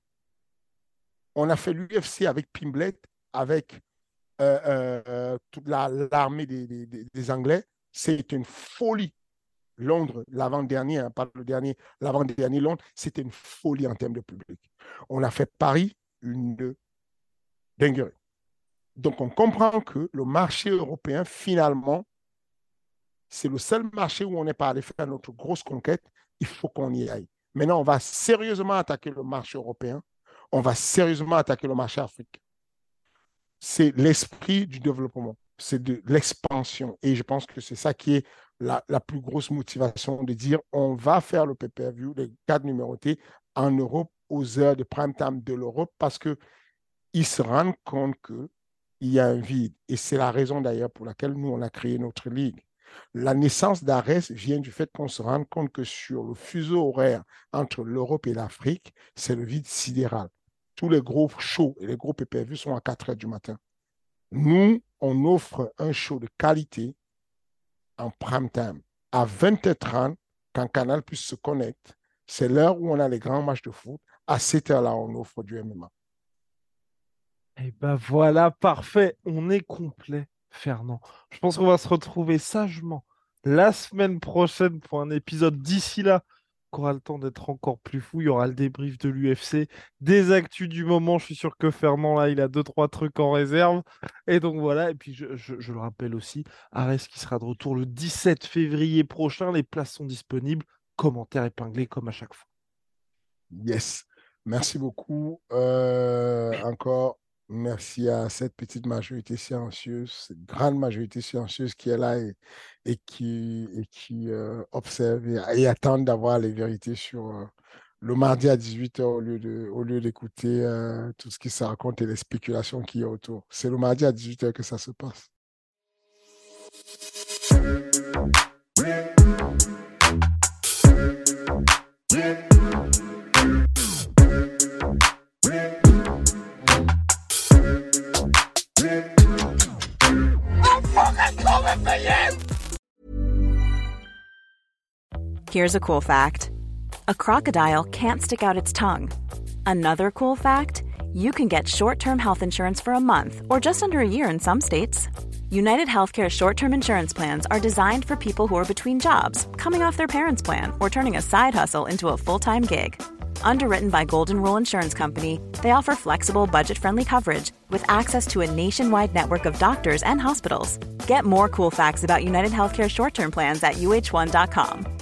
C: on a fait l'U F C avec Pimblet, avec euh, euh, toute la, l'armée des, des, des Anglais. C'est une folie. Londres, l'avant-dernier, hein, pas le dernier, l'avant-dernier Londres, c'était une folie en termes de public. On a fait Paris, une dinguerie. Donc, on comprend que le marché européen, finalement, c'est le seul marché où on n'est pas allé faire notre grosse conquête. Il faut qu'on y aille. Maintenant, on va sérieusement attaquer le marché européen. On va sérieusement attaquer le marché africain. C'est l'esprit du développement. C'est de l'expansion. Et je pense que c'est ça qui est la, la plus grosse motivation de dire on va faire le pay-per-view, les cartes numérotées en Europe aux heures de prime time de l'Europe parce qu'ils se rendent compte qu'il y a un vide. Et c'est la raison d'ailleurs pour laquelle nous, on a créé notre ligue. La naissance d'Ares vient du fait qu'on se rende compte que sur le fuseau horaire entre l'Europe et l'Afrique, c'est le vide sidéral. Tous les gros shows et les gros pay-per-view sont à quatre heures du matin. Nous, on offre un show de qualité en prime time. À vingt heures trente, quand Canal Plus se connecte, c'est l'heure où on a les grands matchs de foot. À cette heure-là, on offre du M M A.
B: Et ben voilà, parfait. On est complet, Fernand. Je pense qu'on va se retrouver sagement la semaine prochaine pour un épisode d'ici là qu'on aura le temps d'être encore plus fou. Il y aura le débrief de l'U F C, des actus du moment. Je suis sûr que Fernand, là, il a deux, trois trucs en réserve. Et donc voilà. Et puis, je, je- je le rappelle aussi, Arès qui sera de retour le dix-sept février prochain. Les places sont disponibles. Commentaires épinglés comme à chaque fois.
C: Yes. Merci beaucoup. Euh, encore, merci à cette petite majorité silencieuse, cette grande majorité silencieuse qui est là et, et qui, et qui euh, observe et, et attend d'avoir les vérités sur euh, le mardi à dix-huit heures, au lieu de, au lieu d'écouter euh, tout ce qui se raconte et les spéculations qu'il y a autour. C'est le mardi à dix-huit heures que ça se passe.
E: Here's a cool fact. A crocodile can't stick out its tongue. Another cool fact, you can get short-term health insurance for a month or just under a year in some states. United Healthcare short-term insurance plans are designed for people who are between jobs, coming off their parents' plan, or turning a side hustle into a full-time gig. Underwritten by Golden Rule Insurance Company, they offer flexible, budget-friendly coverage with access to a nationwide network of doctors and hospitals. Get more cool facts about United Healthcare short-term plans at U H one dot com.